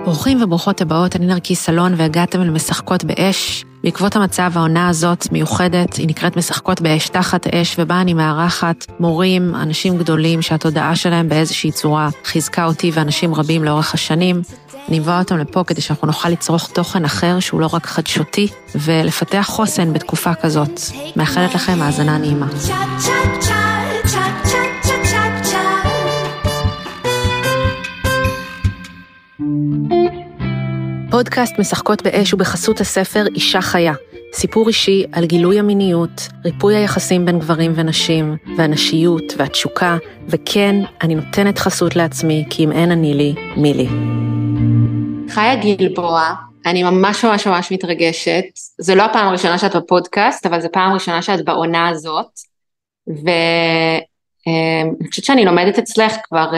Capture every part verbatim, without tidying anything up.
ברוכים וברוכות הבאות, אני נרקיס סלון והגעתם אל משחקות באש. בעקבות המצב העונה הזאת מיוחדת, היא נקראת משחקות באש תחת אש, ובה אני מארחת מורים, אנשים גדולים שהתודעה שלהם באיזושהי צורה חיזקה אותי ואנשים רבים לאורך השנים. אני מבוא אותם לפה כדי שאנחנו נוכל לצרוך תוכן אחר שהוא לא רק חדשותי, ולפתח חוסן בתקופה כזאת. מאחלת לכם האזנה נעימה. פודקאסט משחקות באש ובחסות הספר אישה חיה. סיפור אישי על גילוי המיניות, ריפוי היחסים בין גברים ונשים, והנשיות והתשוקה, וכן, אני נותנת חסות לעצמי, כי אם אין אני לי, מי לי. חיה גלבוע, אני ממש ממש ממש מתרגשת. זה לא הפעם הראשונה שאת בפודקאסט, אבל זו פעם ראשונה שאת בעונה הזאת, ואני חושבת שאני לומדת אצלך כבר,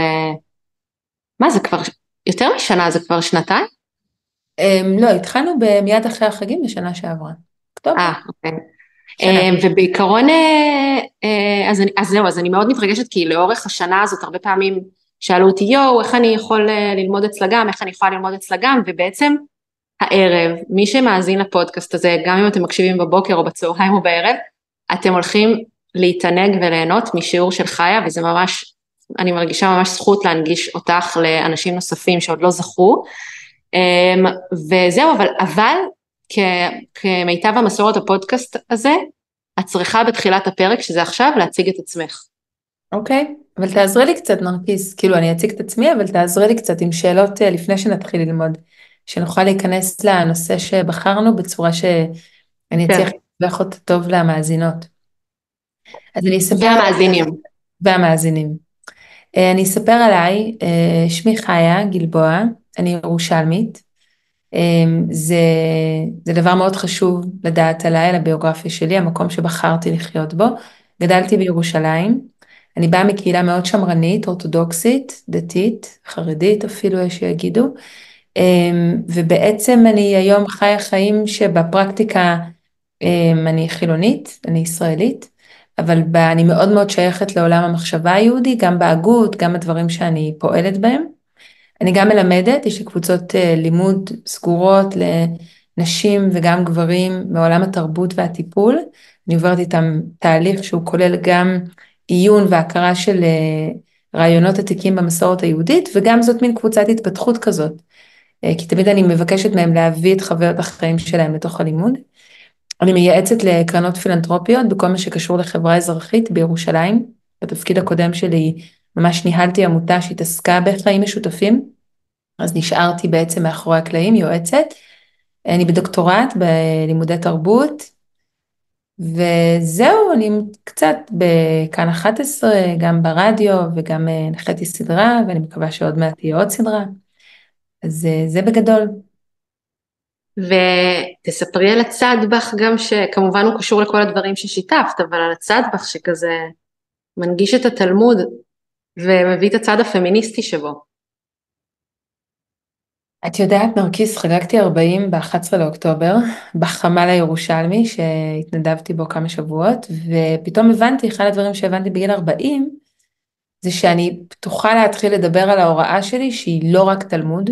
מה זה כבר, יותר משנה, זה כבר שנתיים? לא, התחלנו מיד אחרי החגים בשנה שעברה. אה, אוקיי. ובעיקרון, אז זהו, אז אני מאוד מתרגשת, כי לאורך השנה הזאת הרבה פעמים שאלו אותי, יו, איך אני יכול ללמוד אצלה גם, איך אני יכולה ללמוד אצלה גם, ובעצם הערב, מי שמאזין לפודקאסט הזה, גם אם אתם מקשיבים בבוקר או בצהריים או בערב, אתם הולכים להתענג וליהנות משיעור של חיה, וזה ממש, אני מרגישה ממש זכות להנגיש אותך לאנשים נוספים שעוד לא זכו, וזהו, אבל, אבל כמיטב המסורת הפודקאסט הזה, את צריכה בתחילת הפרק, שזה עכשיו, להציג את עצמך. אוקיי, אבל תעזרי לי קצת נרקיס, כאילו אני אציג את עצמי, אבל תעזרי לי קצת עם שאלות לפני שנתחיל ללמוד, שנוכל להיכנס לנושא שבחרנו בצורה שאני אצליח לבח אותה טוב למאזינות. אז אני אספר... והמאזינים. והמאזינים. אני אספר עליי, שמי חיה גלבוע, אני ירושלמית, זה, זה דבר מאוד חשוב לדעת עליי, על הביוגרפיה שלי, המקום שבחרתי לחיות בו. גדלתי בירושלים, אני באה מקהילה מאוד שמרנית, אורתודוקסית, דתית, חרדית אפילו יש שיגידו, ובעצם אני היום חיה חיים שבפרקטיקה אני חילונית, אני ישראלית, אבל אני מאוד מאוד שייכת לעולם המחשבה היהודי, גם בהגות, גם הדברים שאני פועלת בהם. אני גם מלמדת, יש לי קבוצות לימוד סגורות לנשים וגם גברים מעולם התרבות והטיפול. אני עוברת איתם תהליך שהוא כולל גם עיון והכרה של רעיונות עתיקים במסורת היהודית, וגם זאת מין קבוצת התפתחות כזאת. כי תמיד אני מבקשת מהם להביא את חוויות החיים שלהם לתוך הלימוד. אני מייעצת לקרנות פילנטרופיות בכל מה שקשור לחברה אזרחית בירושלים. בתפקיד הקודם שלי ממש ניהלתי עמותה שהתעסקה בחיים משותפים, אז נשארתי בעצם מאחורי הקלעים, יועצת. אני בדוקטורט בלימודי תרבות, וזהו, אני קצת בכאן אחת עשרה, גם ברדיו וגם נחתי סדרה, ואני מקווה שעוד מעט תהיה עוד סדרה. אז זה בגדול. ותספרי על הצד בך גם, שכמובן הוא קשור לכל הדברים ששיתפת, אבל על הצד בך שכזה מנגיש את התלמוד, ומביא את הצד הפמיניסטי שבו. את יודעת, נרקיס, חגגתי ארבעים ב-אחד עשר לאוקטובר, בחמ"ל הירושלמי, שהתנדבתי בו כמה שבועות, ופתאום הבנתי, אחד הדברים שהבנתי בגיל ארבעים, זה שאני פתוחה להתחיל לדבר על ההוראה שלי, שהיא לא רק תלמוד.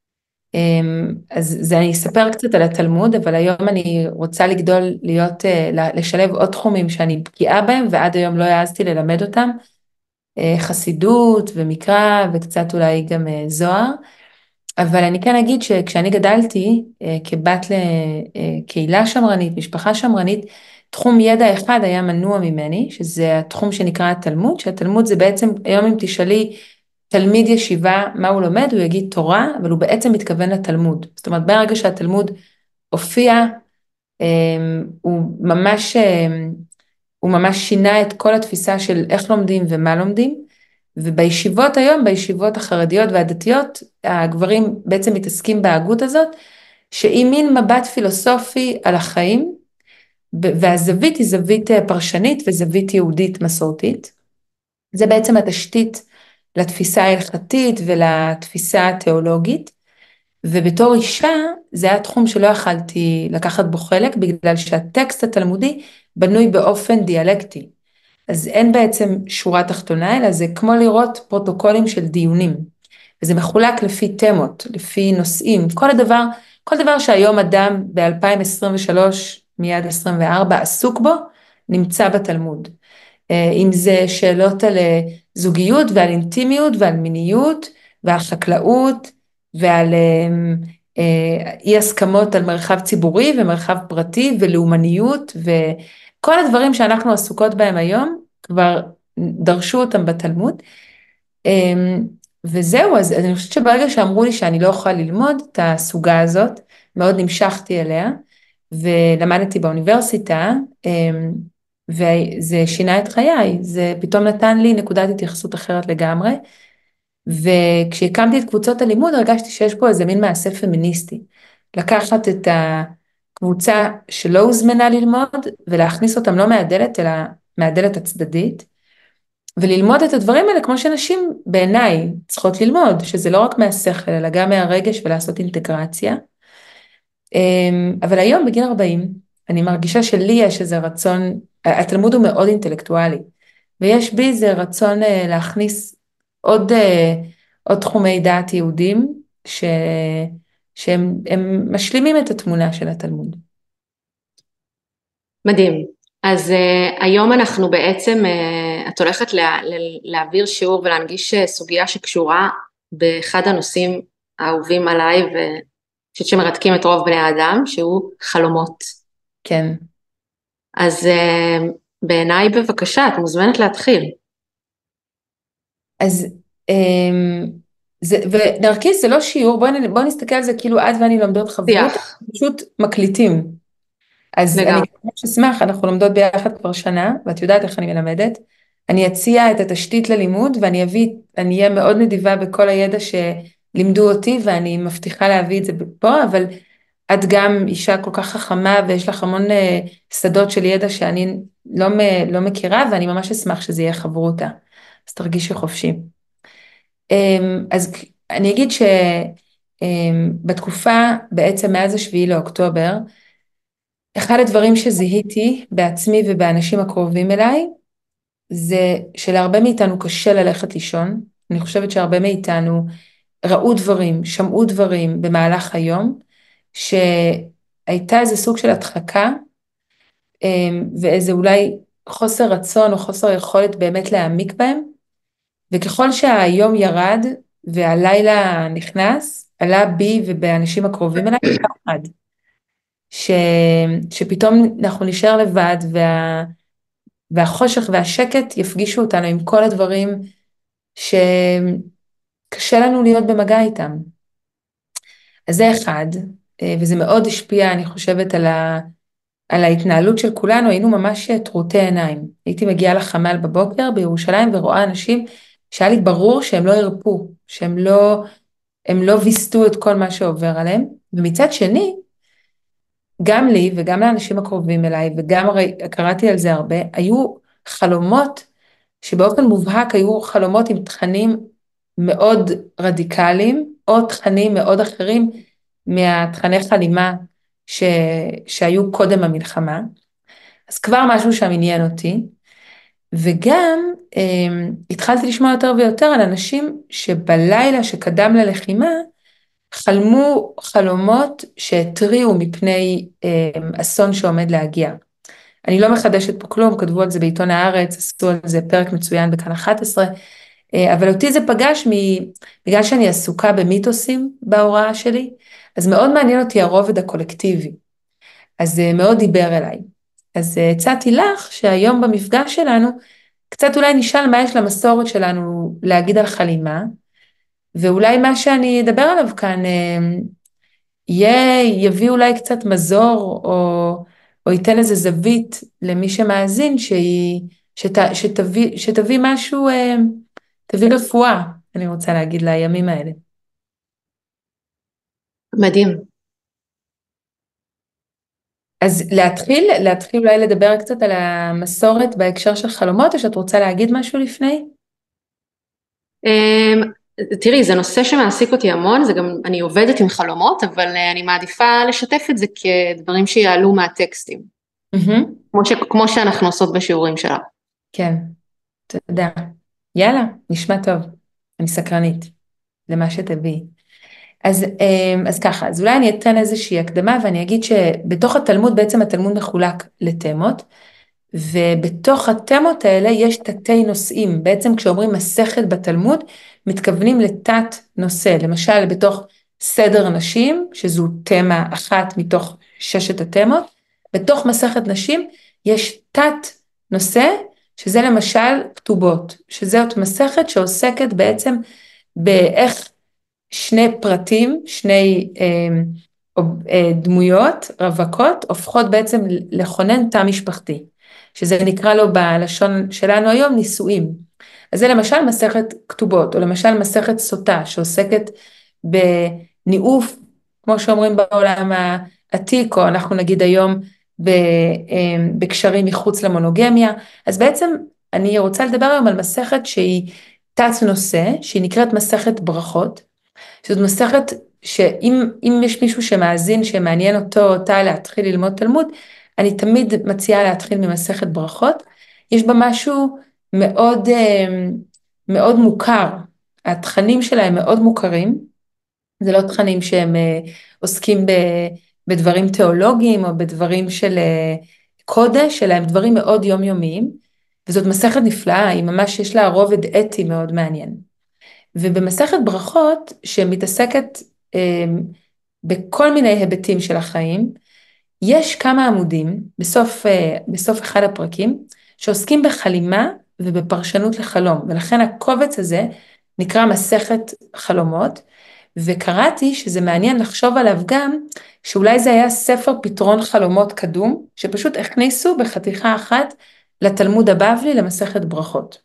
אז זה, אני אספר קצת על התלמוד, אבל היום אני רוצה לגדול, להיות, לשלב עוד תחומים שאני בקיאה בהם, ועד היום לא העזתי ללמד אותם, חסידות ומקרא, וקצת אולי גם זוהר. אבל אני כן אגיד שכשאני גדלתי כבת לקהילה שמרנית, משפחה שמרנית, תחום ידע אחד היה מנוע ממני, שזה התחום שנקרא התלמוד, שהתלמוד זה בעצם, היום אם תשאלי תלמיד ישיבה מה הוא לומד, הוא יגיד תורה, אבל הוא בעצם מתכוון לתלמוד. זאת אומרת, ברגע שהתלמוד הופיע, הוא ממש, הוא ממש שינה את כל התפיסה של איך לומדים ומה לומדים, ובישיבות היום, בישיבות החרדיות והדתיות, הגברים בעצם מתעסקים בהגות הזאת, שהיא מין מבט פילוסופי על החיים, והזווית היא זווית פרשנית וזווית יהודית מסורתית. זה בעצם התשתית לתפיסה ההלכתית ולתפיסה התיאולוגית, ובתור אישה זה היה תחום שלא יכלתי לקחת בו חלק, בגלל שהטקסט התלמודי בנוי באופן דיאלקטי. אז אין בעצם שורה תחתונה, אלא זה כמו לראות פרוטוקולים של דיונים. וזה מחולק לפי תמות, לפי נושאים, כל הדבר, כל דבר שהיום אדם ב-אלפיים עשרים ושלוש, מיד עשרים וארבע, עסוק בו, נמצא בתלמוד. אם זה שאלות על זוגיות ועל אינטימיות ועל מיניות ועל חקלאות ועל אי הסכמות על מרחב ציבורי ומרחב פרטי ולאומניות וכל הדברים שאנחנו עסוקות בהם היום, כבר דרשו אותם בתלמוד. וזהו, אז אני חושבת שברגע שאמרו לי שאני לא אוכל ללמוד את הסוגה הזאת, מאוד נמשכתי אליה, ולמדתי באוניברסיטה, וזה שינה את חיי, זה פתאום נתן לי נקודת התייחסות אחרת לגמרי, וכשהקמתי את קבוצות הלימוד, הרגשתי שיש פה איזה מין מעשה פמיניסטי, לקחת את הקבוצה שלא הוזמנה ללמוד, ולהכניס אותם לא מהדלת, אלא מהדלת הצדדית, וללמוד את הדברים האלה כמו שנשים בעיניי צריכות ללמוד, שזה לא רק מהשכל, אלא גם מהרגש ולעשות אינטגרציה. אבל היום בגיל ארבעים, אני מרגישה שלי יש איזה רצון, התלמוד הוא מאוד אינטלקטואלי, ויש בי איזה רצון להכניס עוד, עוד תחומי דעת יהודים, ש, שהם הם משלימים את התמונה של התלמוד. מדהים. אז uh, היום אנחנו בעצם, uh, את הולכת לה, להעביר שיעור ולהנגיש סוגיה שקשורה באחד הנושאים האהובים עליי, ושאת שמרתקים את רוב בני האדם, שהוא חלומות. כן. אז uh, בעיניי בבקשה, את מוזמנת להתחיל. אז, um, זה, ונרקיס זה לא שיעור, בואי בוא נסתכל על זה כאילו את ואני לומדות חברות, פשוט מקליטים. אז לגב. אני ממש אשמח, אנחנו לומדות ביחד כבר שנה, ואת יודעת איך אני מלמדת, אני אציע את התשתית ללימוד, ואני אביא, אני אהיה מאוד נדיבה בכל הידע שלימדו אותי, ואני מבטיחה להביא את זה פה, אבל את גם אישה כל כך חכמה, ויש לך המון uh, שדות של ידע שאני לא, לא מכירה, ואני ממש אשמח שזה יהיה חברותה, אז תרגישי חופשי. Um, אז אני אגיד שבתקופה, um, בעצם מאז השביעי לאוקטובר, אחד הדברים שזיהיתי בעצמי ובאנשים הקרובים אליי, זה שלהרבה מאיתנו קשה ללכת לישון. אני חושבת שהרבה מאיתנו ראו דברים, שמעו דברים במהלך היום, שהייתה איזה סוג של הדחקה, ואיזה אולי חוסר רצון או חוסר יכולת באמת להעמיק בהם, וככל שהיום ירד והלילה נכנס, עלה בי ובאנשים הקרובים אליי פחד. ש... שפתאום אנחנו נשאר לבד וה... והחושך והשקט יפגישו אותנו עם כל הדברים שקשה לנו להיות במגע איתם. אז זה אחד, וזה מאוד השפיע, אני חושבת, על, ה... על ההתנהלות של כולנו, היינו ממש טרוטי עיניים. הייתי מגיעה לחמ"ל בבוקר בירושלים ורואה אנשים שהיה לי ברור שהם לא ירפו, שהם לא, הם לא ויסתו את כל מה שעובר עליהם, ומצד שני, גם לי וגם לאנשים הקרובים אליי, וגם קראתי על זה הרבה, היו חלומות שבאופן מובהק היו חלומות עם תכנים מאוד רדיקליים, או תכנים מאוד אחרים מהתכני חלימה ש... שהיו קודם המלחמה. אז כבר משהו שם עניין אותי, וגם אה, התחלתי לשמוע יותר ויותר על אנשים שבלילה שקדם ללחימה, חלמו חלומות שהטריעו מפני אה, אסון שעומד להגיע. אני לא מחדשת פה כלום, כתבו על זה בעיתון הארץ, עשו על זה פרק מצוין בכאן אחת עשרה, אה, אבל אותי זה פגש מ... בגלל שאני עסוקה במיתוסים בהוראה שלי, אז מאוד מעניין אותי הרובד הקולקטיבי, אז זה מאוד דיבר אליי. אז הצעתי לך שהיום במפגש שלנו, קצת אולי נשאל מה יש למסורת שלנו להגיד על חלימה, ואולי מה שאני אדבר עליו כאן יהיה, יביא אולי קצת מזור, או, או ייתן איזה זווית למי שמאזין, שהיא, שת, שתביא, שתביא משהו, תביא רפואה, אני רוצה להגיד לימים האלה. מדהים. אז להתחיל, להתחיל אולי לדבר קצת על המסורת בהקשר של חלומות, או שאת רוצה להגיד משהו לפני? תראי, זה נושא שמעסיק אותי המון, זה גם, אני עובדת עם חלומות, אבל אני מעדיפה לשתף את זה כדברים שיעלו מהטקסטים. Mm-hmm. כמו, ש, כמו שאנחנו עושות בשיעורים שלה. כן, תודה. יאללה, נשמע טוב. אני סקרנית. למה שתביאי. אז, אז ככה, אז אולי אני אתן איזושהי הקדמה ואני אגיד שבתוך התלמוד, בעצם התלמוד מחולק לתמות, ובתוך התמות האלה יש תתי נושאים. בעצם כשאומרים מסכת בתלמוד, מתכוונים לתת נושא. למשל, בתוך סדר נשים, שזו תמה אחת מתוך ששת התמות, בתוך מסכת נשים יש תת נושא, שזה למשל כתובות, שזאת מסכת שעוסקת בעצם באיך שני פרטים, שני אה, אה, דמויות רווקות, הופכות בעצם לכונן תא משפחתי, שזה נקרא לו בלשון שלנו היום נישואים. אז זה למשל מסכת כתובות, או למשל מסכת סוטה, שעוסקת בניאוף, כמו שאומרים בעולם העתיק, או אנחנו נגיד היום בקשרים מחוץ למונוגמיה. אז בעצם אני רוצה לדבר היום על מסכת שהיא תת נושא, שהיא נקראת מסכת ברכות, שזאת מסכת שאם אם יש מישהו שמאזין, שמעניין אותו או אותה להתחיל ללמוד תלמוד, אני תמיד מציעה להתחיל ממסכת ברכות. יש בה משהו מאוד, מאוד מוכר, התכנים שלהם מאוד מוכרים, זה לא תכנים שהם עוסקים בדברים תיאולוגיים או בדברים של קודש, אלא הם דברים מאוד יומיומיים, וזאת מסכת נפלאה, היא ממש יש לה רובד אתי מאוד מעניין. ובמסכת ברכות שמתעסקת אה, בכל מיני היבטים של החיים, יש כמה עמודים בסוף, אה, בסוף אחד הפרקים שעוסקים בחלימה ובפרשנות לחלום, ולכן הקובץ הזה נקרא מסכת חלומות, וקראתי שזה מעניין לחשוב עליו גם, שאולי זה היה ספר פתרון חלומות קדום, שפשוט הכניסו בחתיכה אחת לתלמוד הבבלי למסכת ברכות.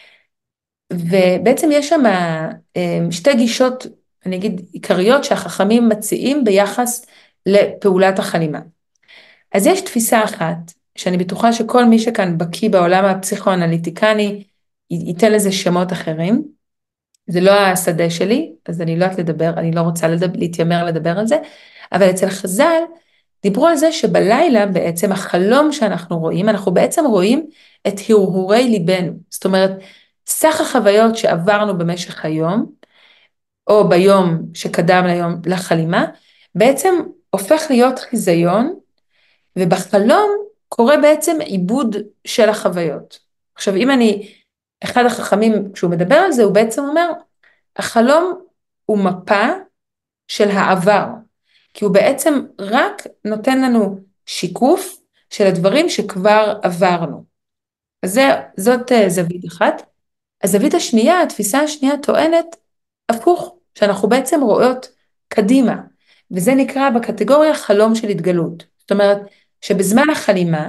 ובעצם יש שם שתי גישות, אני אגיד, עיקריות שהחכמים מציעים ביחס לפעולת החלימה. אז יש תפיסה אחת, שאני בטוחה שכל מי שכאן בקיא בעולם הפסיכואנליטיקני, ייתן לזה שמות אחרים, זה לא השדה שלי, אז אני לא יודעת לדבר, אני לא רוצה לדבר, להתיימר לדבר על זה, אבל אצל חז"ל, דיברו על זה שבלילה בעצם החלום שאנחנו רואים, אנחנו בעצם רואים את הרהורי ליבנו, זאת אומרת, סך החוויות שעברנו במשך היום, או ביום שקדם ליום לחלימה, בעצם הופך להיות חיזיון, ובחלום קורה בעצם עיבוד של החוויות. עכשיו, אם אני, אחד החכמים, כשהוא מדבר על זה, הוא בעצם אומר, החלום הוא מפה של העבר, כי הוא בעצם רק נותן לנו שיקוף של הדברים שכבר עברנו. אז זה, זאת זווית אחת. הזווית השנייה, התפיסה השנייה טוענת הפוך, שאנחנו בעצם רואות קדימה, וזה נקרא בקטגוריה חלום של התגלות. זאת אומרת, שבזמן החלימה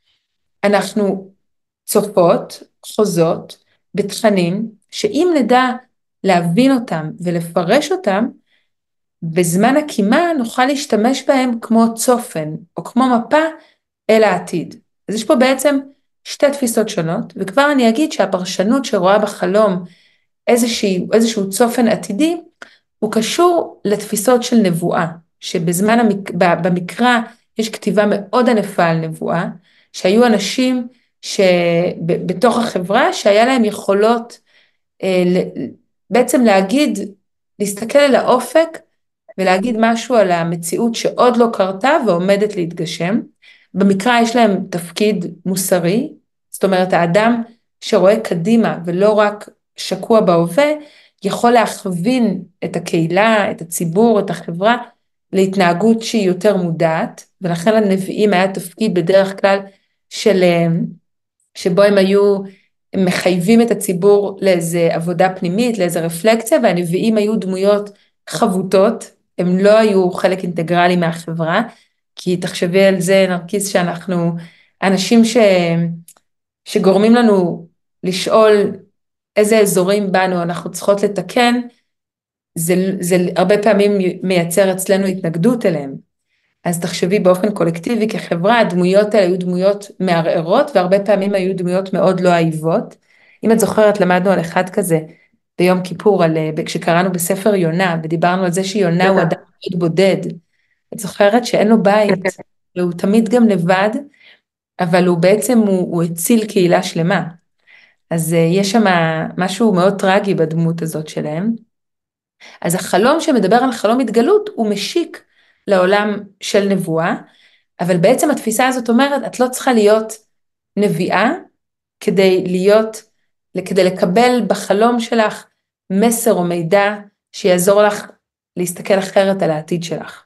אנחנו צופות, חוזות, בתכנים, שאם נדע להבין אותם ולפרש אותם, בזמן הקימה נוכל להשתמש בהם כמו צופן, או כמו מפה אל העתיד. אז יש פה בעצם שתי תפיסות שונות, וכבר אני אגיד שהפרשנות שרואה בחלום איזושהי, איזשהו צופן עתידי, הוא קשור לתפיסות של נבואה, שבזמן המק... במקרא יש כתיבה מאוד ענפה על נבואה, שהיו אנשים שבתוך החברה שהיה להם יכולות אה, בעצם להגיד, להסתכל על האופק ולהגיד משהו על המציאות שעוד לא קרתה ועומדת להתגשם. במקרא יש להם תפקיד מוסרי, זאת אומרת האדם שרואה קדימה ולא רק שקוע בהווה, יכול להכווין את הקהילה, את הציבור, את החברה, להתנהגות שהיא יותר מודעת, ולכן לנביאים היה תפקיד בדרך כלל של, שבו הם היו מחייבים את הציבור לאיזו עבודה פנימית, לאיזו רפלקציה, והנביאים היו דמויות חבוטות, הם לא היו חלק אינטגרלי מהחברה, כי תחשבי על זה נרקיס שאנחנו אנשים ש... שגורמים לנו לשאול איזה אזורים בנו אנחנו צריכות לתקן, זה, זה הרבה פעמים מייצר אצלנו התנגדות אליהם. אז תחשבי באופן קולקטיבי כחברה, הדמויות האלה היו דמויות מערערות, והרבה פעמים היו דמויות מאוד לא אהיבות. אם את זוכרת, למדנו על אחד כזה ביום כיפור, על, כשקראנו בספר יונה, ודיברנו על זה שיונה הוא אדם מאוד בודד. את זוכרת שאין לו בית, והוא תמיד גם לבד, אבל הוא בעצם, הוא, הוא הציל קהילה שלמה. אז יש שם משהו מאוד טרגי בדמות הזאת שלהם. אז החלום שמדבר על חלום התגלות הוא משיק לעולם של נבואה, אבל בעצם התפיסה הזאת אומרת, את לא צריכה להיות נביאה כדי להיות, כדי לקבל בחלום שלך מסר או מידע שיעזור לך להסתכל אחרת על העתיד שלך.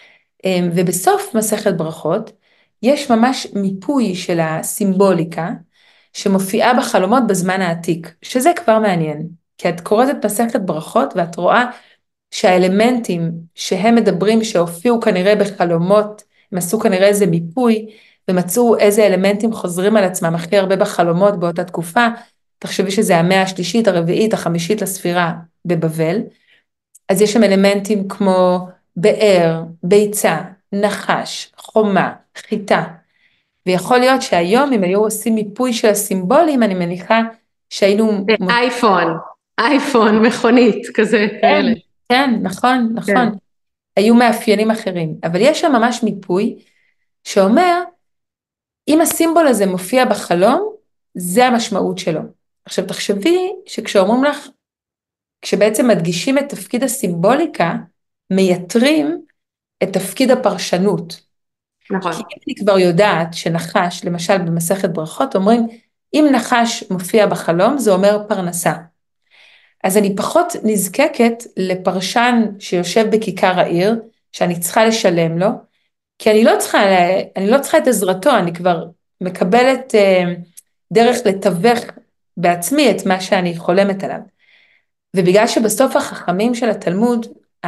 ובסוף מסכת ברכות, יש ממש מיפוי של הסימבוליקה, שמופיעה בחלומות בזמן העתיק, שזה כבר מעניין, כי את קוראת את מסכת ברכות ואת רואה שהאלמנטים שהם מדברים שהופיעו כנראה בחלומות, הם עשו כנראה איזה מיפוי, ומצאו איזה אלמנטים חוזרים על עצמם הכי הרבה בחלומות באותה תקופה, תחשבי שזה המאה השלישית, הרביעית, החמישית לספירה בבבל, אז יש שם אלמנטים כמו באר, ביצה, נחש, חומה, חיטה, ויכול להיות שהיום אם היו עושים מיפוי של הסימבולים, אני מניחה שהיינו... אייפון, אייפון, מכונית, כזה, כאלה. כן, נכון, נכון. כן. היו מאפיינים אחרים, אבל יש שם ממש מיפוי שאומר, אם הסימבול הזה מופיע בחלום, זה המשמעות שלו. עכשיו תחשבי שכשאומרים לך, כשבעצם מדגישים את תפקיד הסימבוליקה, מייתרים את תפקיד הפרשנות. נכון. כי אם אני כבר יודעת שנחש, למשל במסכת ברכות, אומרים, אם נחש מופיע בחלום, זה אומר פרנסה. אז אני פחות נזקקת לפרשן שיושב בכיכר העיר, שאני צריכה לשלם לו, כי אני לא צריכה, אני לא צריכה את עזרתו, אני כבר מקבלת אה, דרך לתווך בעצמי את מה שאני חולמת עליו. ובגלל שבסוף החכמים של התלמוד,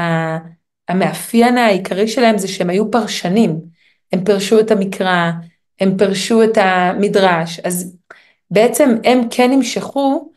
המאפיין העיקרי שלהם זה שהם היו פרשנים, הם פרשו את המקרא, הם פרשו את המדרש, אז בעצם הם כן נמשכו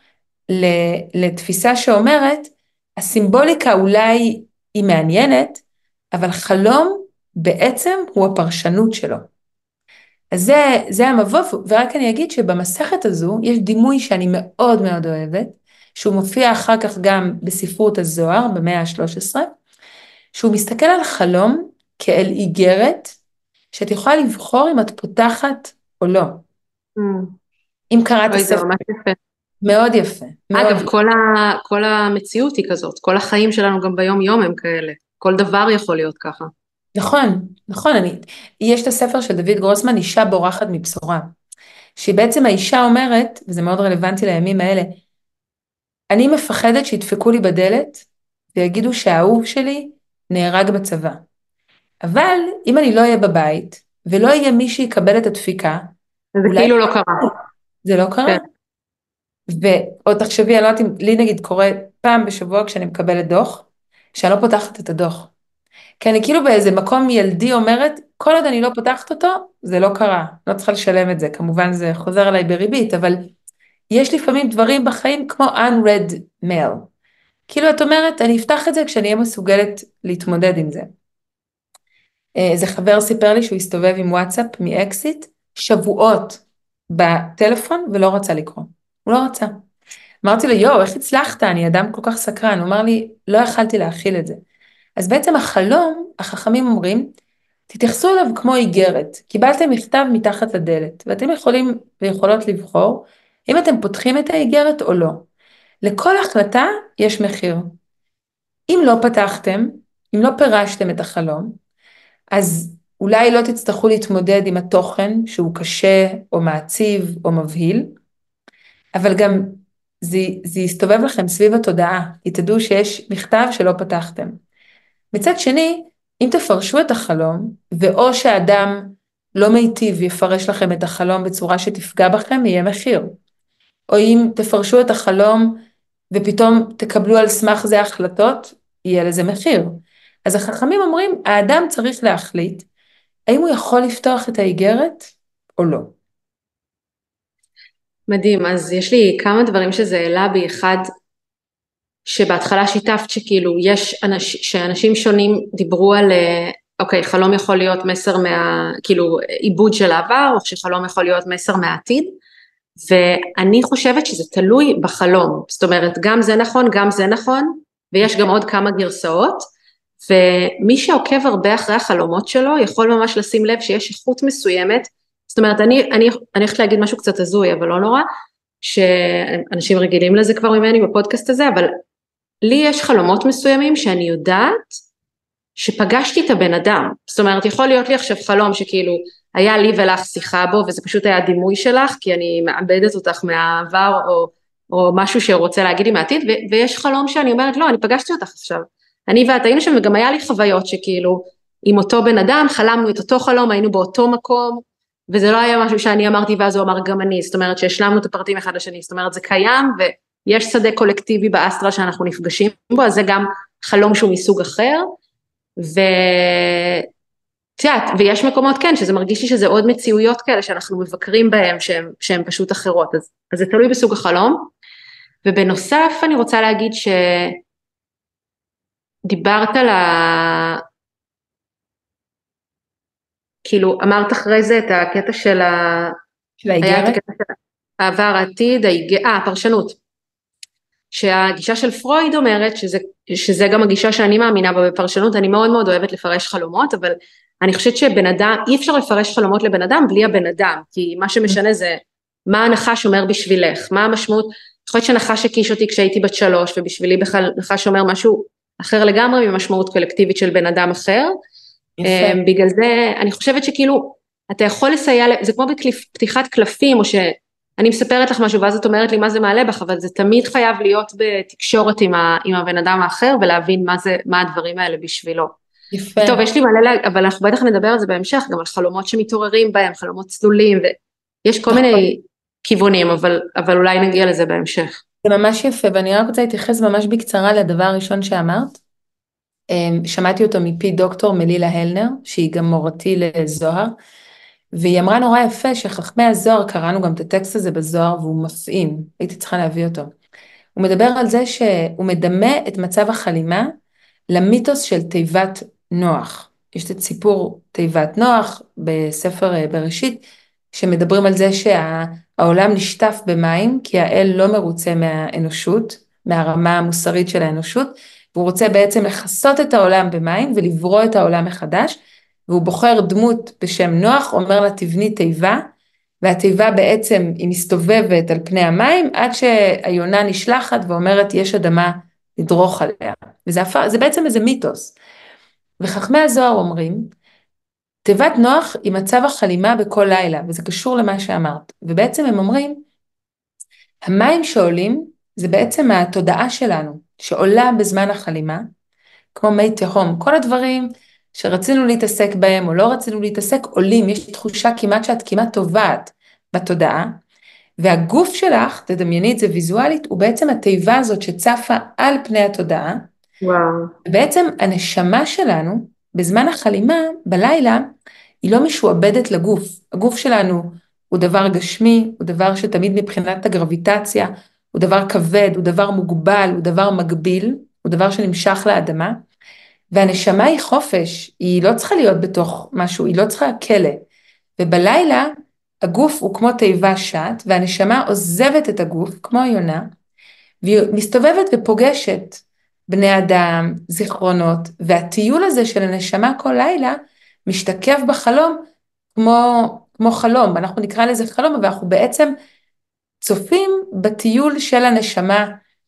לתפיסה שאומרת, הסימבוליקה אולי היא מעניינת, אבל חלום בעצם הוא הפרשנות שלו. אז זה, זה המבוא, ורק אני אגיד שבמסכת הזו יש דימוי שאני מאוד מאוד אוהבת, שהוא מופיע אחר כך גם בספרות הזוהר, במאה ה-שלוש עשרה, שהוא מסתכל על חלום כאל איגרת, שאת יכולה לבחור אם את פותחת או לא. Mm. אם קראת הספר. הספר. מאוד יפה. מאוד אגב, יפה. כל, ה, כל המציאות היא כזאת, כל החיים שלנו גם ביום יום הם כאלה, כל דבר יכול להיות ככה. נכון, נכון, אני, יש את הספר של דוד גרוסמן, אישה בורחת מבשורה, שבעצם האישה אומרת, וזה מאוד רלוונטי לימים האלה, אני מפחדת שידפקו לי בדלת, ויגידו שהאהוב שלי נהרג בצבא. אבל אם אני לא אהיה בבית, ולא יהיה מי שיקבל את הדפיקה, זה אולי... כאילו לא קרה. זה לא קרה. כן. ועוד תחשבי, אני לא יודעת אם לי נגיד קורה פעם בשבוע כשאני מקבלת דוח, שאני לא פותחת את הדוח. כי אני כאילו באיזה מקום ילדי אומרת, כל עוד אני לא פותחת אותו, זה לא קרה, לא צריכה לשלם את זה, כמובן זה חוזר עליי בריבית, אבל יש לפעמים דברים בחיים כמו unread mail. כאילו את אומרת, אני אפתח את זה כשאני אהיה מסוגלת להתמודד עם זה. איזה חבר סיפר לי שהוא הסתובב עם וואטסאפ מאקסיט, שבועות בטלפון ולא רצה לקרוא. הוא לא רצה. אמרתי לו, יו, איך הצלחת? אני אדם כל כך סקרן. הוא אמר לי, לא יכלתי להכיל את זה. אז בעצם החלום, החכמים אומרים, תתייחסו אליו כמו איגרת. קיבלתם מכתב מתחת לדלת, ואתם יכולים ויכולות לבחור, אם אתם פותחים את האיגרת או לא. לכל החלטה יש מחיר. אם לא פתחתם, אם לא פירשתם את החלום, אז אולי לא תצטרכו להתמודד עם התוכן שהוא קשה או מעציב או מבהיל, אבל גם זה, זה יסתובב לכם סביב התודעה, כי תדעו שיש מכתב שלא פתחתם. מצד שני, אם תפרשו את החלום, ואו שהאדם לא מיטיב יפרש לכם את החלום בצורה שתפגע בכם, יהיה מחיר. או אם תפרשו את החלום ופתאום תקבלו על סמך זה החלטות, יהיה לזה מחיר. אז החכמים אומרים, האדם צריך להחליט, האם הוא יכול לפתוח את האיגרת או לא. מדהים, אז יש לי כמה דברים שזה העלה בי, אחד שבהתחלה שיתפת שכאילו יש אנש, שאנשים שונים דיברו על, אוקיי, חלום יכול להיות מסר מה, כאילו עיבוד של העבר, או שחלום יכול להיות מסר מהעתיד, ואני חושבת שזה תלוי בחלום, זאת אומרת גם זה נכון, גם זה נכון, ויש גם עוד כמה גרסאות, ומי שעוקב הרבה אחרי החלומות שלו, יכול ממש לשים לב שיש איכות מסוימת, זאת אומרת, אני, אני, אני הולכת להגיד משהו קצת הזוי, אבל לא נורא, שאנשים רגילים לזה כבר ממני בפודקאסט הזה, אבל לי יש חלומות מסוימים שאני יודעת שפגשתי את הבן אדם, זאת אומרת יכול להיות לי עכשיו חלום שכאילו היה לי ולך שיחה בו וזה פשוט היה דימוי שלך כי אני מאבדת אותך מהעבר או, או משהו שרוצה להגיד לי מהעתיד ו- ויש חלום שאני אומרת לא אני פגשתי אותך עכשיו, אני ואת היינו שם וגם היה לי חוויות שכאילו עם אותו בן אדם חלמנו את אותו חלום היינו באותו מקום וזה לא היה משהו שאני אמרתי ואז הוא אמר גם אני, זאת אומרת שהשלמנו את הפרטים אחד לשני, זאת אומרת זה קיים ויש שדה קולקטיבי באסטרה שאנחנו נפגשים בו אז זה גם חלום שהוא מסוג אחר ו... תיאת, ויש מקומות כן, שזה מרגיש לי שזה עוד מציאויות כאלה שאנחנו מבקרים בהם שהן, שהן פשוט אחרות, אז, אז זה תלוי בסוג החלום, ובנוסף אני רוצה להגיד שדיברת על ה... כאילו אמרת אחרי זה את הקטע של ה... של האיגרת? העבר, העתיד, ההיג... אה, הפרשנות, שהגישה של פרויד אומרת, שזה, שזה גם הגישה שאני מאמינה בה בפרשנות, אני מאוד מאוד אוהבת לפרש חלומות, אבל אני חושבת שבן אדם, אי אפשר לפרש חלומות לבן אדם בלי הבן אדם, כי מה שמשנה זה מה הנחש אומר בשבילך, מה המשמעות, יכול להיות שנחש הקיש אותי כשהייתי בת שלוש, ובשבילי בכלל נחש אומר משהו אחר לגמרי, ממשמעות קולקטיבית של בן אדם אחר, יפה. בגלל זה אני חושבת שכאילו, אתה יכול לסייע, זה כמו בפתיחת קלפים, או שאני מספרת לך משהו, ואז את אומרת לי מה זה מעלה בך, אבל זה תמיד חייב להיות בתקשורת עם, ה, עם הבן אדם האחר, ולהבין מה זה, מה הדברים האלה בשבילו. יפה. טוב, יש לי מלא, אבל אנחנו בטח נדבר על זה בהמשך, גם על חלומות שמתעוררים בהם, חלומות צלולים, ויש כל מיני כיוונים, אבל, אבל אולי נגיע לזה בהמשך. זה ממש יפה, ואני רק רוצה להתייחס ממש בקצרה לדבר הראשון שאמרת, שמעתי אותו מפי דוקטור מלילה הלנר, שהיא גם מורתי לזוהר, והיא אמרה נורא יפה שחכמי הזוהר, קראנו גם את הטקסט הזה בזוהר, והוא מפעים, הייתי צריכה להביא אותו. הוא מדבר על זה שהוא מדמה את מצב החלימה, למיתוס של תיבת נוח. יש את סיפור תיבת נוח בספר בראשית, שמדברים על זה שהעולם נשטף במים, כי האל לא מרוצה מהאנושות, מהרמה המוסרית של האנושות, והוא רוצה בעצם לחסות את העולם במים, ולברוא את העולם מחדש, והוא בוחר דמות בשם נוח, אומר לה תבני תיבה, והתיבה בעצם היא מסתובבת על פני המים, עד שהיונה נשלחת ואומרת יש אדמה לדרוך עליה. וזה הפר, זה בעצם איזה מיתוס. וחכמי הזוהר אומרים, תיבת נוח היא מצב החלימה בכל לילה, וזה קשור למה שאמרת. ובעצם הם אומרים, המים שעולים זה בעצם התודעה שלנו, שעולה בזמן החלימה, כמו מי תהום. כל הדברים שרצינו להתעסק בהם או לא רצינו להתעסק עולים, יש תחושה כמעט שאת כמעט טובעת בתודעה, והגוף שלך, תדמייני את זה ויזואלית, הוא בעצם התיבה הזאת שצפה על פני התודעה, וואו. ובעצם הנשמה שלנו, בזמן החלימה, בלילה, היא לא משועבדת לגוף. הגוף שלנו הוא דבר גשמי, הוא דבר שתמיד מבחינת הגרביטציה, הוא דבר כבד, הוא דבר מוגבל, הוא דבר מגביל, הוא דבר שנמשך לאדמה, והנשמה היא חופש, היא לא צריכה להיות בתוך משהו, היא לא צריכה כלא, ובלילה הגוף הוא כמו תיבה שט, והנשמה עוזבת את הגוף כמו היונה, והיא מסתובבת ופוגשת בני אדם, זיכרונות, והטיול הזה של הנשמה כל לילה, משתקף בחלום כמו, כמו חלום, אנחנו נקרא לזה חלום, אבל אנחנו בעצם צופים בטיול של הנשמה,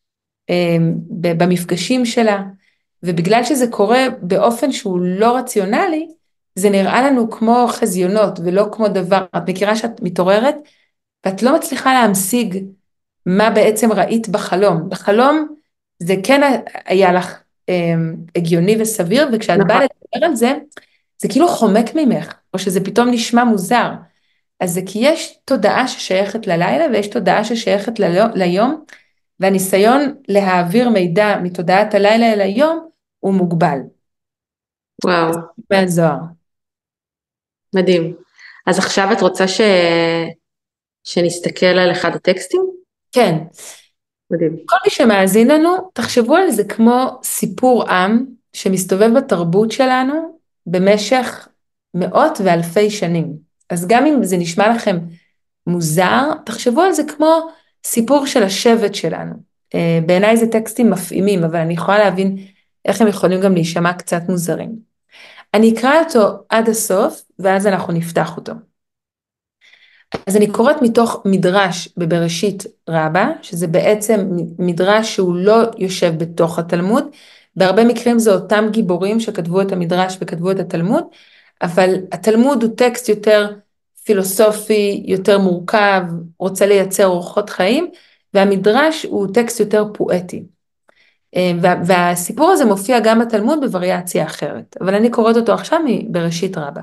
במפגשים שלה, ובגלל שזה קורה באופן שהוא לא רציונלי, זה נראה לנו כמו חזיונות ולא כמו דבר, את מכירה שאת מתעוררת, ואת לא מצליחה להמשיג מה בעצם ראית בחלום. בחלום זה כן היה לך הגיוני וסביר, וכשאת באה לדבר על זה, זה כאילו חומק ממך, או שזה פתאום נשמע מוזר. אז זה כי יש תודעה ששייכת ללילה, ויש תודעה ששייכת ליום, והניסיון להעביר מידע מתודעת הלילה אל היום, הוא מוגבל. וואו. מהזוהר. מדהים. אז עכשיו את רוצה ש... שנסתכל על אחד הטקסטים? כן. מדהים. כל מי שמאזין לנו, תחשבו על זה כמו סיפור עם, שמסתובב בתרבות שלנו, במשך מאות ואלפי שנים. אז גם אם זה נשמע לכם מוזר, תחשבו על זה כמו סיפור של השבט שלנו. בעיניי זה טקסטים מפעימים, אבל אני יכולה להבין איך הם יכולים גם להישמע קצת מוזרים. אני אקרא אותו עד הסוף, ואז אנחנו נפתח אותו. אז אני קוראת מתוך מדרש בבראשית רבה, שזה בעצם מדרש שהוא לא יושב בתוך התלמוד, בהרבה מקרים זה אותם גיבורים שכתבו את המדרש וכתבו את התלמוד, אבל התלמוד הוא טקסט יותר פילוסופי, יותר מורכב, רוצה לייצר אורחות חיים, והמדרש הוא טקסט יותר פואטי. והסיפור הזה מופיע גם בתלמוד בווריאציה אחרת, אבל אני קוראת אותו עכשיו מבראשית רבה.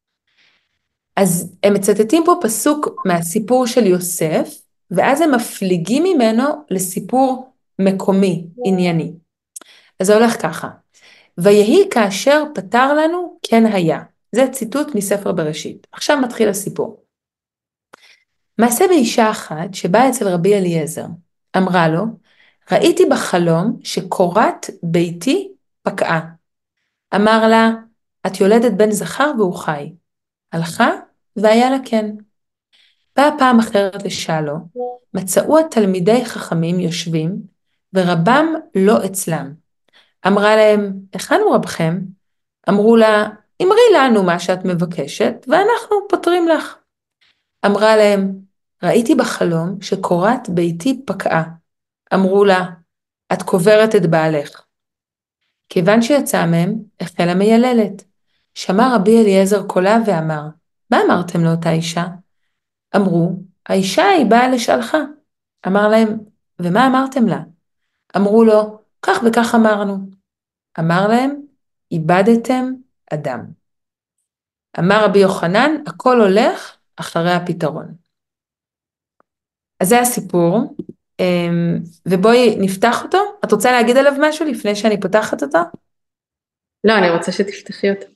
אז הם מצטטים פה פסוק מהסיפור של יוסף, ואז הם מפליגים ממנו לסיפור מקומי, ענייני. אז זה הולך ככה, ויהי כאשר פתר לנו כן היה. זה ציטוט מספר בראשית. עכשיו מתחיל הסיפור. מעשה באישה אחת שבאה אצל רבי אליעזר, אמרה לו, ראיתי בחלום שקורת ביתי פקעה. אמר לה, את יולדת בן זכר והוא חי. הלכה והיה לה כן. באה פעם אחרת לשאלו, מצאו התלמידי חכמים יושבים, ורבם לא אצלם. אמרה להם, היכן הוא רבכם? אמרו לה, אמרי לנו מה שאת מבקשת, ואנחנו פותרים לך. אמרה להם, ראיתי בחלום שקורת ביתי פקעה. אמרו לה, את קוברת את בעלך. כיוון שיצא מהם, החלה מייללת. שמע רבי אליעזר קולה ואמר, מה אמרתם לאותה אישה? אמרו, האישה היא באה לשאלך. אמר להם, ומה אמרתם לה? אמרו לו, כך וכך אמרנו. אמר להם, איבדתם אדם. אמר רבי יוחנן, הכל הולך אחרי הפתרון. אז זה הסיפור, ובואי נפתח אותו. את רוצה להגיד עליו משהו לפני שאני פותחת אותו? לא, אני רוצה שתפתחי אותו.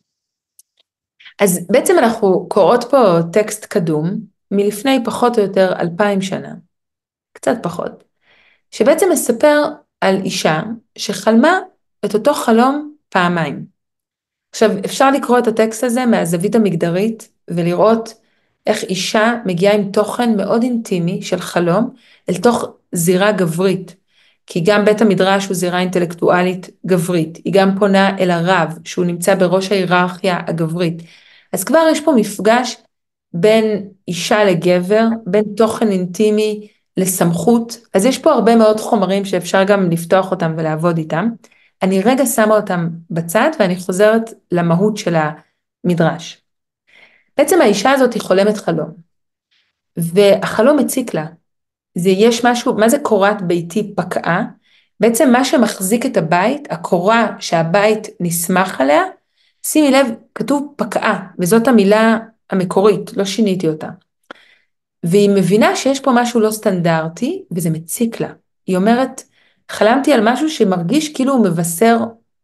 אז בעצם אנחנו קוראות פה טקסט קדום, מלפני פחות או יותר אלפיים שנה, קצת פחות, שבעצם מספר על אישה שחלמה את אותו חלום פעמיים. עכשיו אפשר לקרוא את הטקסט הזה מהזווית המגדרית, ולראות איך אישה מגיעה עם תוכן מאוד אינטימי של חלום, אל תוך זירה גברית, כי גם בית המדרש הוא זירה אינטלקטואלית גברית, היא גם פונה אל הרב, שהוא נמצא בראש ההיררכיה הגברית, אז כבר יש פה מפגש בין אישה לגבר, בין תוכן אינטימי לסמכות, אז יש פה הרבה מאוד חומרים שאפשר גם לפתוח אותם ולעבוד איתם, אני רגע שמה אותם בצד ואני חוזרת למהות של המדרש. בעצם האישה הזאת היא חולמת חלום, והחלום מציק לה, זה יש משהו, מה זה קורת ביתי פקעה? בעצם מה שמחזיק את הבית, הקורה שהבית נסמך עליה, שימי לב, כתוב פקעה, וזאת המילה המקורית, לא שיניתי אותה. והיא מבינה שיש פה משהו לא סטנדרטי, וזה מציק לה. היא אומרת, חלמתי על משהו שמרגיש כאילו הוא מבשר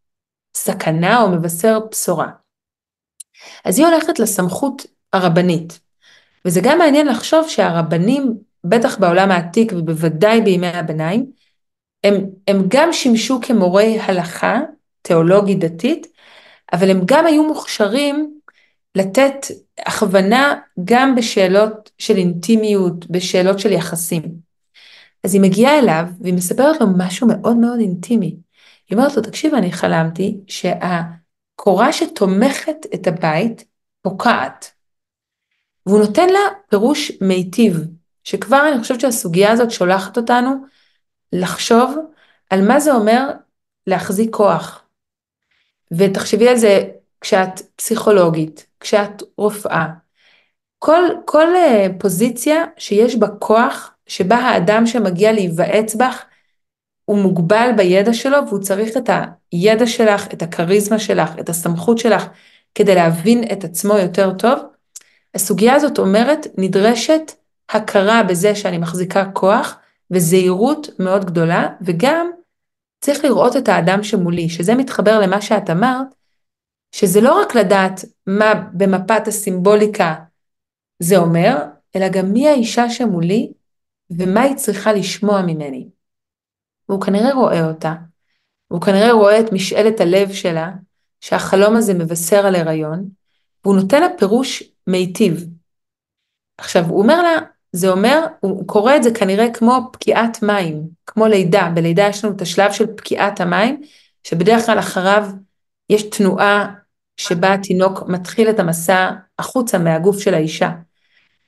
סכנה או מבשר בשורה. אז היא הולכת לסמכות הרבנית, וזה גם מעניין לחשוב שהרבנים, בטח בעולם העתיק ובוודאי בימי הביניים, הם, הם גם שימשו כמורי הלכה, תיאולוגי דתית, אבל הם גם היו מוכשרים לתת הכוונה גם בשאלות של אינטימיות, בשאלות של יחסים. אז היא מגיעה אליו והיא מספרת לו משהו מאוד מאוד אינטימי. היא אומרת לו, תקשיב, אני חלמתי שהקורה שתומכת את הבית פוקעת. והוא נותן לה פירוש מיטיב, שכבר אני חושבת שהסוגיה הזאת שולחת אותנו לחשוב על מה זה אומר להחזיק כוח. ותחשבי על זה כשאת פסיכולוגית, כשאת רופאה, כל, כל פוזיציה שיש בה כוח, שבה האדם שמגיע להיוועץ בך, הוא מוגבל בידע שלו, והוא צריך את הידע שלך, את הקריזמה שלך, את הסמכות שלך, כדי להבין את עצמו יותר טוב. הסוגיה הזאת אומרת, נדרשת הכרה בזה שאני מחזיקה כוח, וזהירות מאוד גדולה, וגם צריך לראות את האדם שמולי, שזה מתחבר למה שאת אמרת, שזה לא רק לדעת מה במפת הסימבוליקה זה אומר, אלא גם מי האישה שמולי, ומה היא צריכה לשמוע ממני. והוא כנראה רואה אותה, והוא כנראה רואה את משאלת הלב שלה, שהחלום הזה מבשר על הריון, והוא נותן לה פירוש מיטיב. עכשיו, הוא אומר לה, זה אומר, הוא קורא את זה כנראה כמו פקיעת מים, כמו לידה, בלידה יש לנו את השלב של פקיעת המים, שבדרך כלל אחריו יש תנועה שבה התינוק מתחיל את המסע החוצה מהגוף של האישה.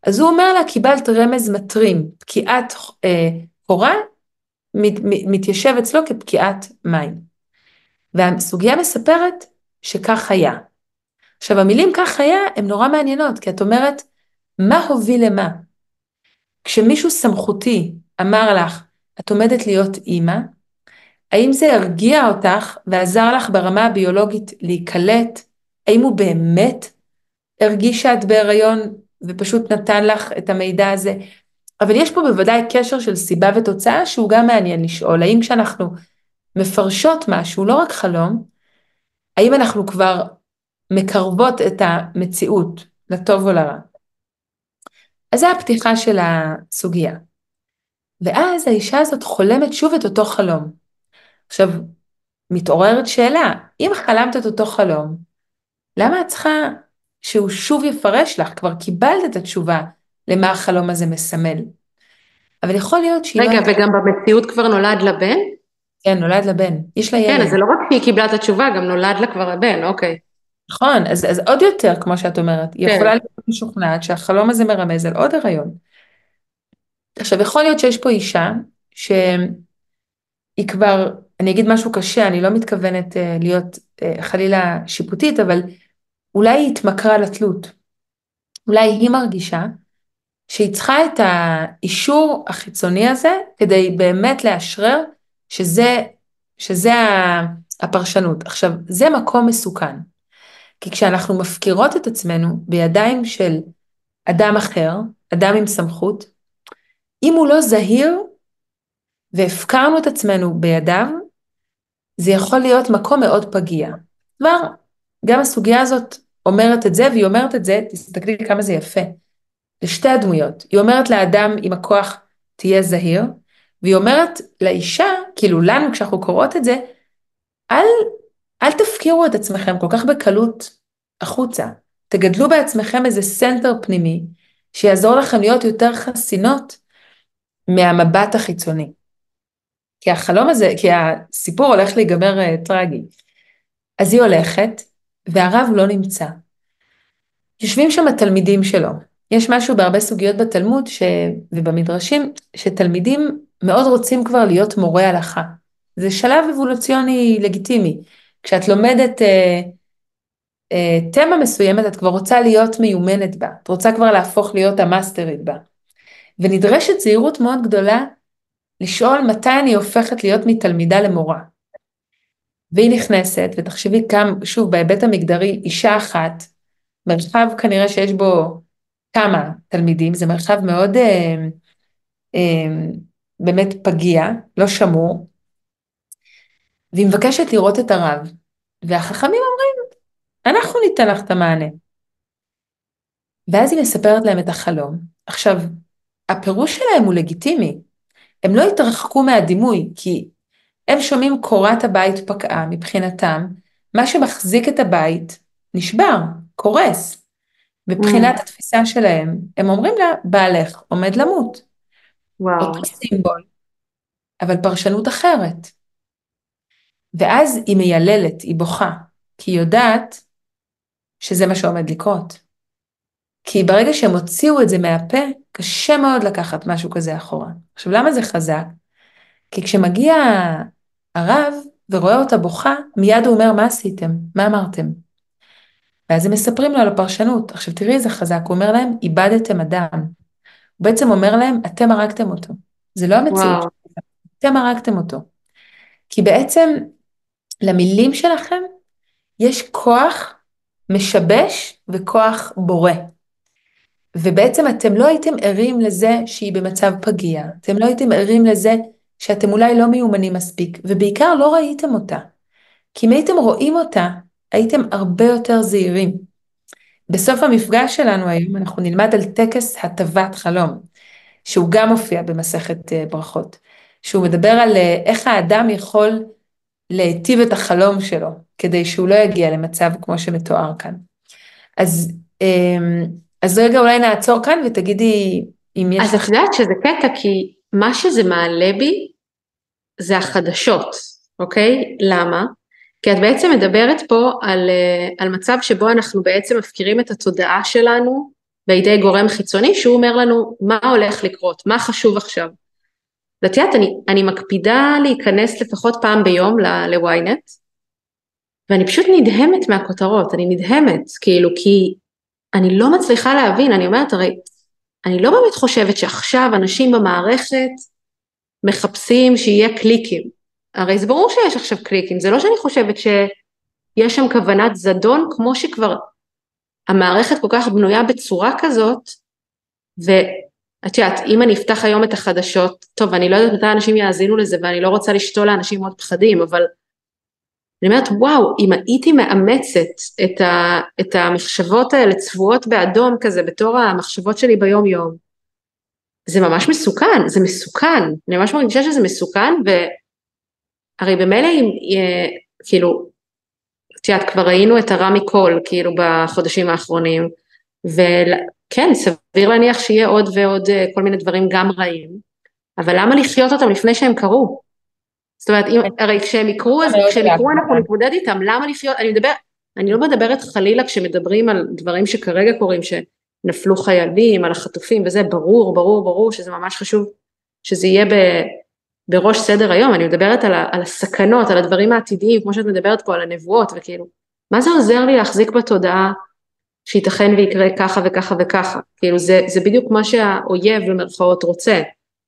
אז הוא אומר לה, קיבלת רמז מטרים, פקיעת אה, קורה, מת, מתיישב אצלו כפקיעת מים. והסוגיה מספרת שכך היה. עכשיו המילים כך היה הן נורא מעניינות, כי את אומרת, מה הוביל למה? כשמישהו סמכותי אמר לך, את עומדת להיות אימא, האם זה הרגיע אותך ועזר לך ברמה הביולוגית להיקלט? האם הוא באמת הרגיש שאת בהיריון ופשוט נתן לך את המידע הזה? אבל יש פה בוודאי קשר של סיבה ותוצאה שהוא גם מעניין לשאול. האם כשאנחנו מפרשות משהו, לא רק חלום, האם אנחנו כבר מקרבות את המציאות לטוב או לרע? אז זה הפתיחה של הסוגיה. ואז האישה הזאת חולמת שוב את אותו חלום. עכשיו, מתעוררת שאלה, אם חלמת את אותו חלום, למה את צריכה שהוא שוב יפרש לך? כבר קיבלת את התשובה למה החלום הזה מסמל. אבל יכול להיות שהיא רגע, לא... וגם במציאות כבר נולד לה בן? כן, נולד לבן, יש לה ילד. כן, אז זה לא רק שהיא קיבלה את התשובה, גם נולד לה כבר הבן, אוקיי. נכון, אז, אז עוד יותר, כמו שאת אומרת, היא כן. יכולה להיות משוכנעת שהחלום הזה מרמז על עוד הריון. עכשיו, יכול להיות שיש פה אישה שהיא כבר, אני אגיד משהו קשה, אני לא מתכוונת uh, להיות uh, חלילה שיפוטית, אבל אולי היא התמכרה לתלות. אולי היא מרגישה שהיא צריכה את האישור החיצוני הזה, כדי באמת לאשרר שזה, שזה הפרשנות. עכשיו, זה מקום מסוכן. כי כשאנחנו מפקירות את עצמנו בידיים של אדם אחר, אדם עם סמכות, אם הוא לא זהיר והפקרנו את עצמנו בידיו, זה יכול להיות מקום מאוד פגיע. כבר, גם הסוגיה הזאת אומרת את זה, והיא אומרת את זה, תסתכלי כמה זה יפה, לשתי הדמויות. היא אומרת לאדם עם הכוח, תהיה זהיר, והיא אומרת לאישה, כאילו לנו כשאנחנו קוראות את זה, אל, אל תפקירו את עצמכם כל כך בקלות החוצה. תגדלו בעצמכם איזה סנטר פנימי, שיעזור לכם להיות יותר חסינות מהמבט החיצוני. כי החלום הזה, כי הסיפור הולך להיגמר uh, טרגי. אז היא הולכת, והרב לא נמצא. יושבים שם התלמידים שלו. יש משהו בהרבה סוגיות בתלמוד ש... ובמדרשים, שתלמידים מאוד רוצים כבר להיות מורה הלכה. זה שלב אבולוציוני לגיטימי. כשאת לומדת אה, אה, תמה מסוימת, את כבר רוצה להיות מיומנת בה. את רוצה כבר להפוך להיות המאסטרית בה. ונדרשת זהירות מאוד גדולה לשאול מתי אני הופכת להיות מתלמידה למורה. והיא נכנסת, ותחשבי כאן, שוב, בהיבט המגדרי, אישה אחת, מרחב כנראה שיש בו כמה תלמידים, זה מרחב מאוד אה, אה, באמת פגיע, לא שמור, והיא מבקשת לראות את הרב, והחכמים אומרים, אנחנו ניתן לך את המענה. ואז היא מספרת להם את החלום. עכשיו, הפירוש שלהם הוא לגיטימי, הם לא התרחקו מהדימוי, כי הם שומעים קורת הבית פקעה מבחינתם, מה שמחזיק את הבית נשבר, קורס. מבחינת Mm. התפיסה שלהם, הם אומרים לה, בעלך עומד למות. וואו. אותו סימבול, אבל פרשנות אחרת. ואז היא מייללת, היא בוכה, כי היא יודעת שזה מה שעומד לקרות. כי ברגע שהם הוציאו את זה מהפה, קשה מאוד לקחת משהו כזה אחורה. עכשיו, למה זה חזק? כי כשמגיע הרב ורואה אותה בוכה, מיד הוא אומר, מה עשיתם? מה אמרתם? ואז הם מספרים לו על הפרשנות. עכשיו, תראי איזה חזק, הוא אומר להם, איבדתם אדם. הוא בעצם אומר להם, אתם הרגתם אותו. זה לא המציאות. וואו. אתם הרגתם אותו. כי בעצם למילים שלכם יש כוח משבש וכוח בורא. ובעצם אתם לא הייתם ערים לזה שהיא במצב פגיע. אתם לא הייתם ערים לזה שאתם אולי לא מיומנים מספיק, ובעיקר לא ראיתם אותה. כי אם הייתם רואים אותה, הייתם הרבה יותר זהירים. בסוף המפגש שלנו היום אנחנו נלמד על טקס הטבת חלום, שהוא גם מופיע במסכת ברכות, שהוא מדבר על איך האדם יכול להיטיב את החלום שלו, כדי שהוא לא יגיע למצב כמו שמתואר כאן. אז, אז רגע אולי נעצור כאן ותגידי אם יש... אז את יודעת שזה קטע, כי מה שזה מעלה בי, זה החדשות, אוקיי? למה? כי את בעצם מדברת פה על, על מצב שבו אנחנו בעצם מפקירים את התודעה שלנו בידי גורם חיצוני, שהוא אומר לנו מה הולך לקרות, מה חשוב עכשיו. ואת יודעת, אני, אני מקפידה להיכנס לפחות פעם ביום ל-ynet, ואני פשוט נדהמת מהכותרות, אני נדהמת, כאילו, כי אני לא מצליחה להבין, אני אומרת, הרי, אני לא באמת חושבת שעכשיו אנשים במערכת מחפשים שיהיה קליקים, הרי זה ברור שיש עכשיו קליקים, זה לא שאני חושבת שיש שם כוונת זדון, כמו שכבר המערכת כל כך בנויה בצורה כזאת, ואת יודעת, אם אני אפתח היום את החדשות, טוב, אני לא יודעת מתי אנשים יאזינו לזה, ואני לא רוצה לשתול לאנשים עוד פחדים, אבל אני אומרת, וואו, אם הייתי מאמצת את, ה, את המחשבות האלה צבועות באדום כזה, בתור המחשבות שלי ביום יום, זה ממש מסוכן, זה מסוכן, אני ממש מרגישה שזה מסוכן, והרי במילא, כאילו, את יודעת, כבר ראינו את הרע מכל, כאילו, בחודשים האחרונים, וכן, סביר להניח שיהיה עוד ועוד כל מיני דברים גם רעים, אבל למה לחיות אותם לפני שהם קרו? זאת אומרת, אם, הרי כשהם יקרו, אז כשהם יקרו אנחנו נתמודד איתם, למה לחיות, אני מדבר, אני לא מדברת חלילה כשמדברים על דברים שכרגע קורים, שנפלו חיילים, על החטופים וזה, ברור, ברור, ברור, שזה ממש חשוב, שזה יהיה ב, בראש סדר היום, אני מדברת על, ה, על הסכנות, על הדברים העתידיים, כמו שאת מדברת פה, על הנבואות, וכאילו, מה זה עוזר לי להחזיק בתודעה, שייתכן ויקרה ככה וככה וככה, כאילו, זה, זה בדיוק מה שהאויב במרכאות רוצה.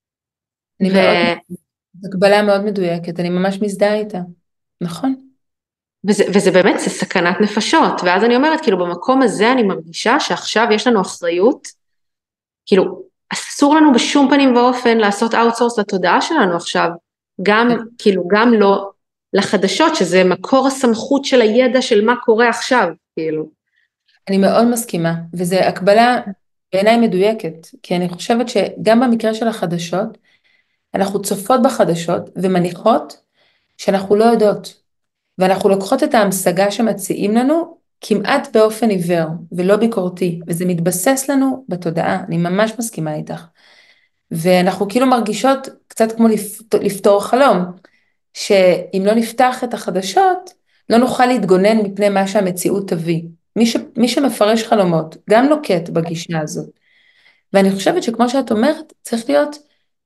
אני ו... מאוד... הקבלה מאוד מדויקת, אני ממש מזדהה איתה, נכון? וזה, וזה באמת, זה סכנת נפשות, ואז אני אומרת, כאילו במקום הזה אני מרגישה שעכשיו יש לנו אחריות, כאילו אסור לנו בשום פנים ואופן לעשות אאוטסורס לתודעה שלנו עכשיו, גם, כאילו גם לא לחדשות, שזה מקור הסמכות של הידע של מה קורה עכשיו, כאילו. אני מאוד מסכימה, וזו הקבלה בעיניי מדויקת, כי אני חושבת שגם במקרה של החדשות, אנחנו צופות בחדשות ומניחות שאנחנו לא יודעות, ואנחנו לוקחות את ההמשגה שמציעים לנו כמעט באופן עיוור ולא ביקורתי, וזה מתבסס לנו בתודעה, אני ממש מסכימה איתך. ואנחנו כאילו מרגישות קצת כמו לפתור חלום, שאם לא נפתח את החדשות, לא נוכל להתגונן מפני מה שהמציאות תביא. מי, ש, מי שמפרש חלומות, גם נוקט בגישה הזאת. ואני חושבת שכמו שאת אומרת, צריך להיות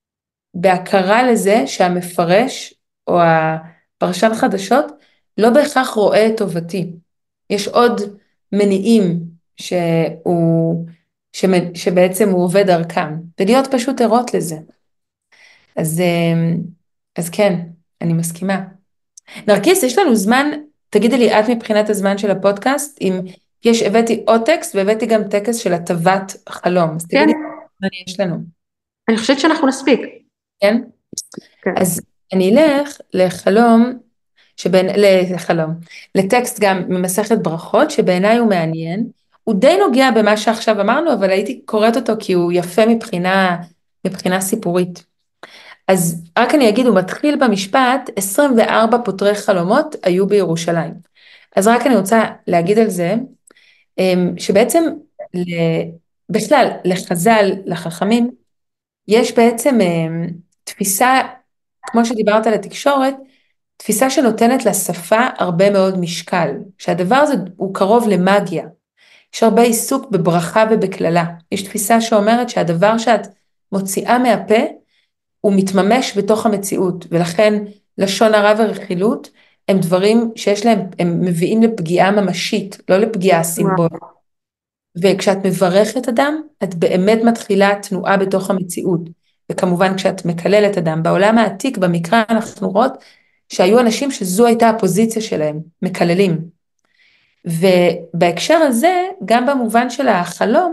בהכרה לזה שהמפרש או הפרשן חדשות לא בהכרח רואה את טובתי. יש עוד מניעים שהוא, שבעצם הוא עובד דרכם, ולהיות פשוט ערות לזה. אז, אז כן, אני מסכימה. נרקיס, יש לנו זמן, תגידי לי, את מבחינת הזמן של הפודקאסט, אם יש, הבאתי עוד טקסט, והבאתי גם טקסט של הטבת חלום, אז תגידי, כן. מה יש לנו? אני חושבת שאנחנו נספיק. כן? כן. אז אני אלך לחלום, שבין, לחלום, לטקסט גם ממסכת ברכות, שבעיניי הוא מעניין, הוא די נוגע במה שעכשיו אמרנו, אבל הייתי קוראת אותו כי הוא יפה מבחינה, מבחינה סיפורית. אז רק אני אגיד, הוא מתחיל במשפט, עשרים וארבע פותרי חלומות היו בירושלים. אז רק אני רוצה להגיד על זה, שבעצם בכלל לחז"ל, לחכמים, יש בעצם תפיסה, כמו שדיברת על התקשורת, תפיסה שנותנת לשפה הרבה מאוד משקל, שהדבר הזה הוא קרוב למאגיה. יש הרבה עיסוק בברכה ובכללה. יש תפיסה שאומרת שהדבר שאת מוציאה מהפה, הוא מתממש בתוך המציאות, ולכן לשון הרע ורכילות, הם דברים שיש להם, הם מביאים לפגיעה ממשית, לא לפגיעה סימבולית. וכשאת מברכת אדם, את באמת מתחילה תנועה בתוך המציאות, וכמובן כשאת מקללת אדם, בעולם העתיק, במקרא אנחנו רואות, שהיו אנשים שזו הייתה הפוזיציה שלהם, מקללים. ובהקשר הזה, גם במובן של החלום,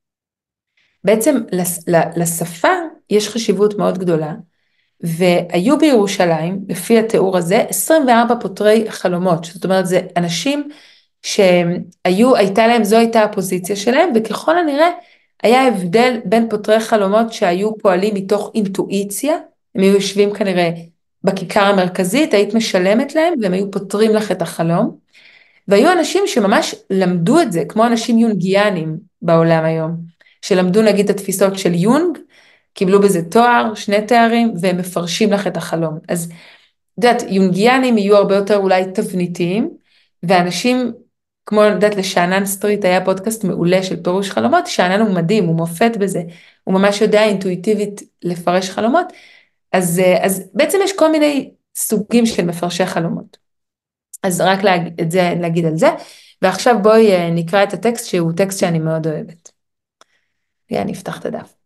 בעצם לשפה יש חשיבות מאוד גדולה, והיו בירושלים, לפי התיאור הזה, עשרים וארבע פותרי חלומות, זאת אומרת, זה אנשים שהיו, הייתה להם, זו הייתה הפוזיציה שלהם, וככל הנראה, היה הבדל בין פותרי חלומות שהיו פועלים מתוך אינטואיציה, הם היו יושבים כנראה בכיכר המרכזית, היית משלמת להם, והם היו פותרים לך את החלום, והיו אנשים שממש למדו את זה, כמו אנשים יונגיאנים בעולם היום, שלמדו נגיד את התפיסות של יונג, קיבלו בזה תואר, שני תארים, והם מפרשים לך את החלום. אז, יודעת, יונגיאנים יהיו הרבה יותר אולי תבניתיים, ואנשים כמו יודעת לשאנן סטריט היה פודקאסט מעולה של פירוש חלומות, שאנן הוא מדהים, הוא מופת בזה, הוא ממש יודע אינטואיטיבית לפרש חלומות, אז, אז בעצם יש כל מיני סוגים של מפרשי חלומות. אז רק להגיד, את זה, להגיד על זה, ועכשיו בואי נקרא את הטקסט שהוא טקסט שאני מאוד אוהבת. אני אפתח את הדף.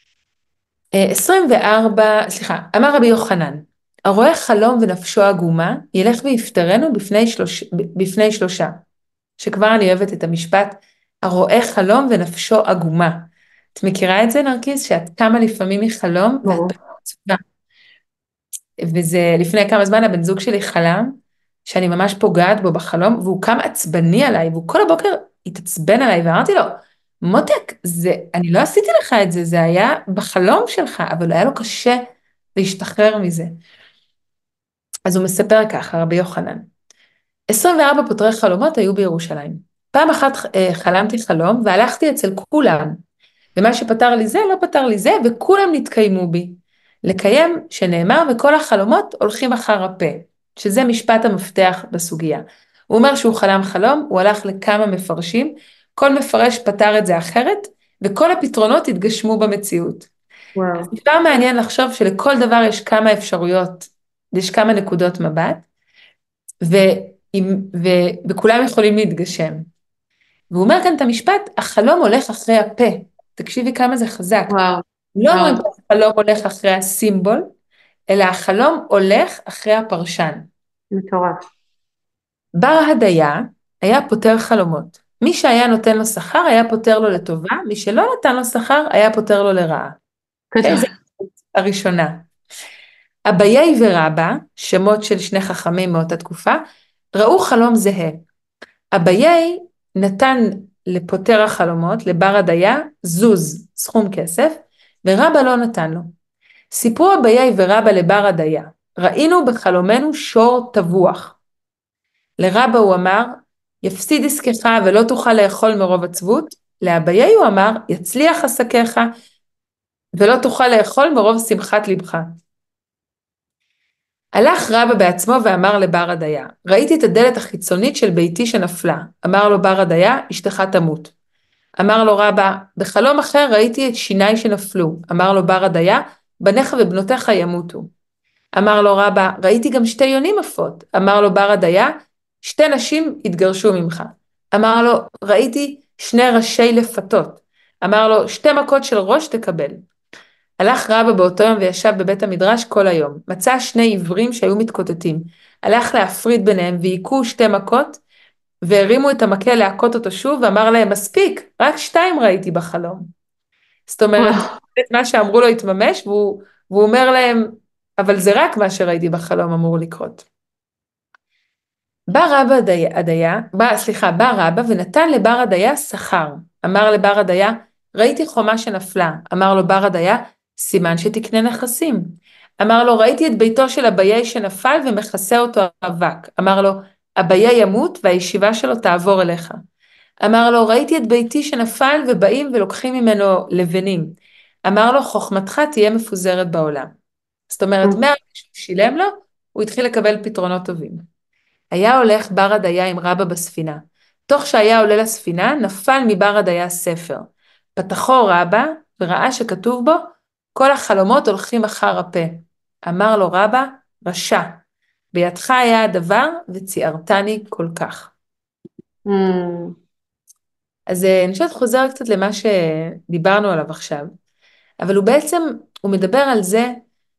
עשרים וארבע, סליחה, אמר רבי יוחנן, הרואה חלום ונפשו עגומה, ילך ויפטרנו בפני, שלוש, בפני שלושה. שכבר אני אוהבת את המשפט, הרואה חלום ונפשו עגומה. את מכירה את זה, נרקיס? שאת קמה לפעמים מחלום, ואת בעצובה. וזה לפני כמה זמן הבן זוג שלי חלם, שאני ממש פוגעת בו בחלום, והוא קם עצבני עליי, והוא כל הבוקר התעצבן עליי, ואמרתי לו, מותק, זה, אני לא עשיתי לך את זה, זה היה בחלום שלך, אבל היה לו קשה להשתחרר מזה. אז הוא מספר ככה, רבי יוחנן. עשרים וארבע פותרי חלומות היו בירושלים. פעם אחת חלמתי חלום, והלכתי אצל כולם, ומה שפתר לי זה, לא פתר לי זה, וכולם נתקיימו בי. לקיים שנאמר, וכל החלומות הולכים אחר הפה, שזה משפט המפתח בסוגיה. הוא אומר שהוא חלם חלום, הוא הלך לכמה מפרשים, כל מפרש פתר את זה אחרת, וכל הפתרונות התגשמו במציאות. וואו. אז כבר מעניין לחשוב שלכל דבר יש כמה אפשרויות, יש כמה נקודות מבט, ו, ו, וכולם יכולים להתגשם. והוא אומר כאן את המשפט, החלום הולך אחרי הפה. תקשיבי כמה זה חזק. וואו. לא אומרים החלום הולך אחרי הסימבול, אלא החלום הולך אחרי הפרשן. מטורף. בר הדיה היה פותר חלומות. מי שהיה נותן לו שכר היה פותר לו לטובה, מי שלא נתן לו שכר היה פותר לו לרעה. איזה הראשונה. אביי ורבא, שמות של שני חכמים מאותה תקופה, ראו חלום זהה. אביי נתן לפותר החלומות, לבר הדיה, זוז, סכום כסף, ורבא לא נתן לו. סיפרו אביי ורבא לבר הדיה, ראינו בחלומנו שור טבוח. לרבא הוא אמר, יפסיד עסקך ולא תוכל לאכול מרוב עצבות, לאביי הוא אמר, יצליח עסקיך ולא תוכל לאכול מרוב שמחת לבך. הלך רבא בעצמו ואמר לבר הדיה, ראיתי את הדלת החיצונית של ביתי שנפלה. אמר לו בר הדיה, אשתך תמות. אמר לו רבא, בחלום אחר ראיתי את שיניי שנפלו. אמר לו בר הדיה, בניך ובנותיך ימותו. אמר לו רבא, ראיתי גם שתי יונים עפות. אמר לו בר הדיה, שתי נשים התגרשו ממך. אמר לו, ראיתי שני ראשי לפתות. אמר לו, שתי מכות של ראש תקבל. הלך רבא באותו יום וישב בבית המדרש כל היום. מצא שני עברים שהיו מתקוטטים. הלך להפריד ביניהם ויקו שתי מכות, והרימו את המקל להכות אותו שוב, ואמר להם, מספיק, רק שתיים ראיתי בחלום. זאת אומרת, את מה שאמרו לו התממש, והוא, והוא אומר להם, אבל זה רק מה שראיתי בחלום אמור לקרות. בא רבא הדיה, בא, סליחה, בא רבא ונתן לבר הדיה שכר. אמר לבר הדיה, ראיתי חומה שנפלה. אמר לו בר הדיה, סימן שתקנה נכסים. אמר לו, ראיתי את ביתו של אביי שנפל ומכסה אותו אבק. אמר לו, אביי ימות והישיבה שלו תעבור אליך. אמר לו, ראיתי את ביתי שנפל ובאים ולוקחים ממנו לבנים. אמר לו, חוכמתך תהיה מפוזרת בעולם. זאת אומרת, מהרגע שהוא שילם לו, הוא התחיל לקבל פתרונות טובים. היה הולך בר הדיה עם רבא בספינה. תוך שהיה עולה לספינה, נפל מבר הדיה ספר. פתחו רבא וראה שכתוב בו, כל החלומות הולכים אחר הפה. אמר לו רבא, רשע, בידך היה הדבר וציערתני כל כך. Mm. אז אני חושבת חוזר קצת למה שדיברנו עליו עכשיו, אבל הוא בעצם, הוא מדבר על זה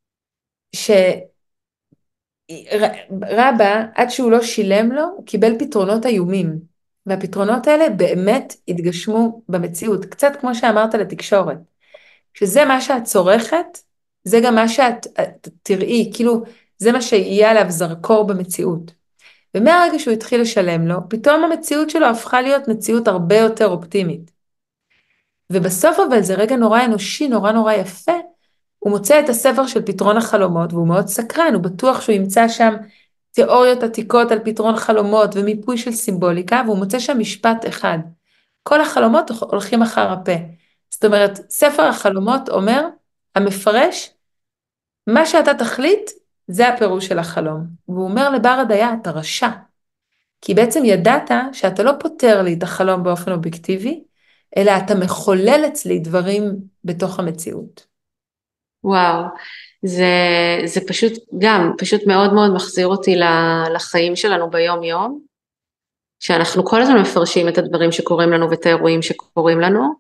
שרבא, עד שהוא לא שילם לו, הוא קיבל פתרונות איומים, והפתרונות האלה באמת התגשמו במציאות, קצת כמו שאמרת לתקשורת. שזה מה שאת צורכת, זה גם מה שאת תראי, כאילו זה מה שיהיה עליו זרקור במציאות. ומהרגע שהוא התחיל לשלם לו, פתאום המציאות שלו הפכה להיות מציאות הרבה יותר אופטימית. ובסוף אבל זה רגע נורא אנושי, נורא נורא יפה, הוא מוצא את הספר של פתרון החלומות, והוא מאוד סקרן, הוא בטוח שהוא ימצא שם תיאוריות עתיקות על פתרון חלומות ומיפוי של סימבוליקה, והוא מוצא שם משפט אחד. כל החלומות הולכים אחר הפה. זאת אומרת, ספר החלומות אומר, המפרש, מה שאתה תחליט, זה הפירוש של החלום. והוא אומר לבר הדיה, אתה רשע. כי בעצם ידעת שאתה לא פותר לי את החלום באופן אובייקטיבי, אלא אתה מחולל אצלי דברים בתוך המציאות. וואו, זה, זה פשוט גם, פשוט מאוד מאוד מחזיר אותי לחיים שלנו ביום יום, שאנחנו כל הזמן מפרשים את הדברים שקורים לנו ואת האירועים שקורים לנו,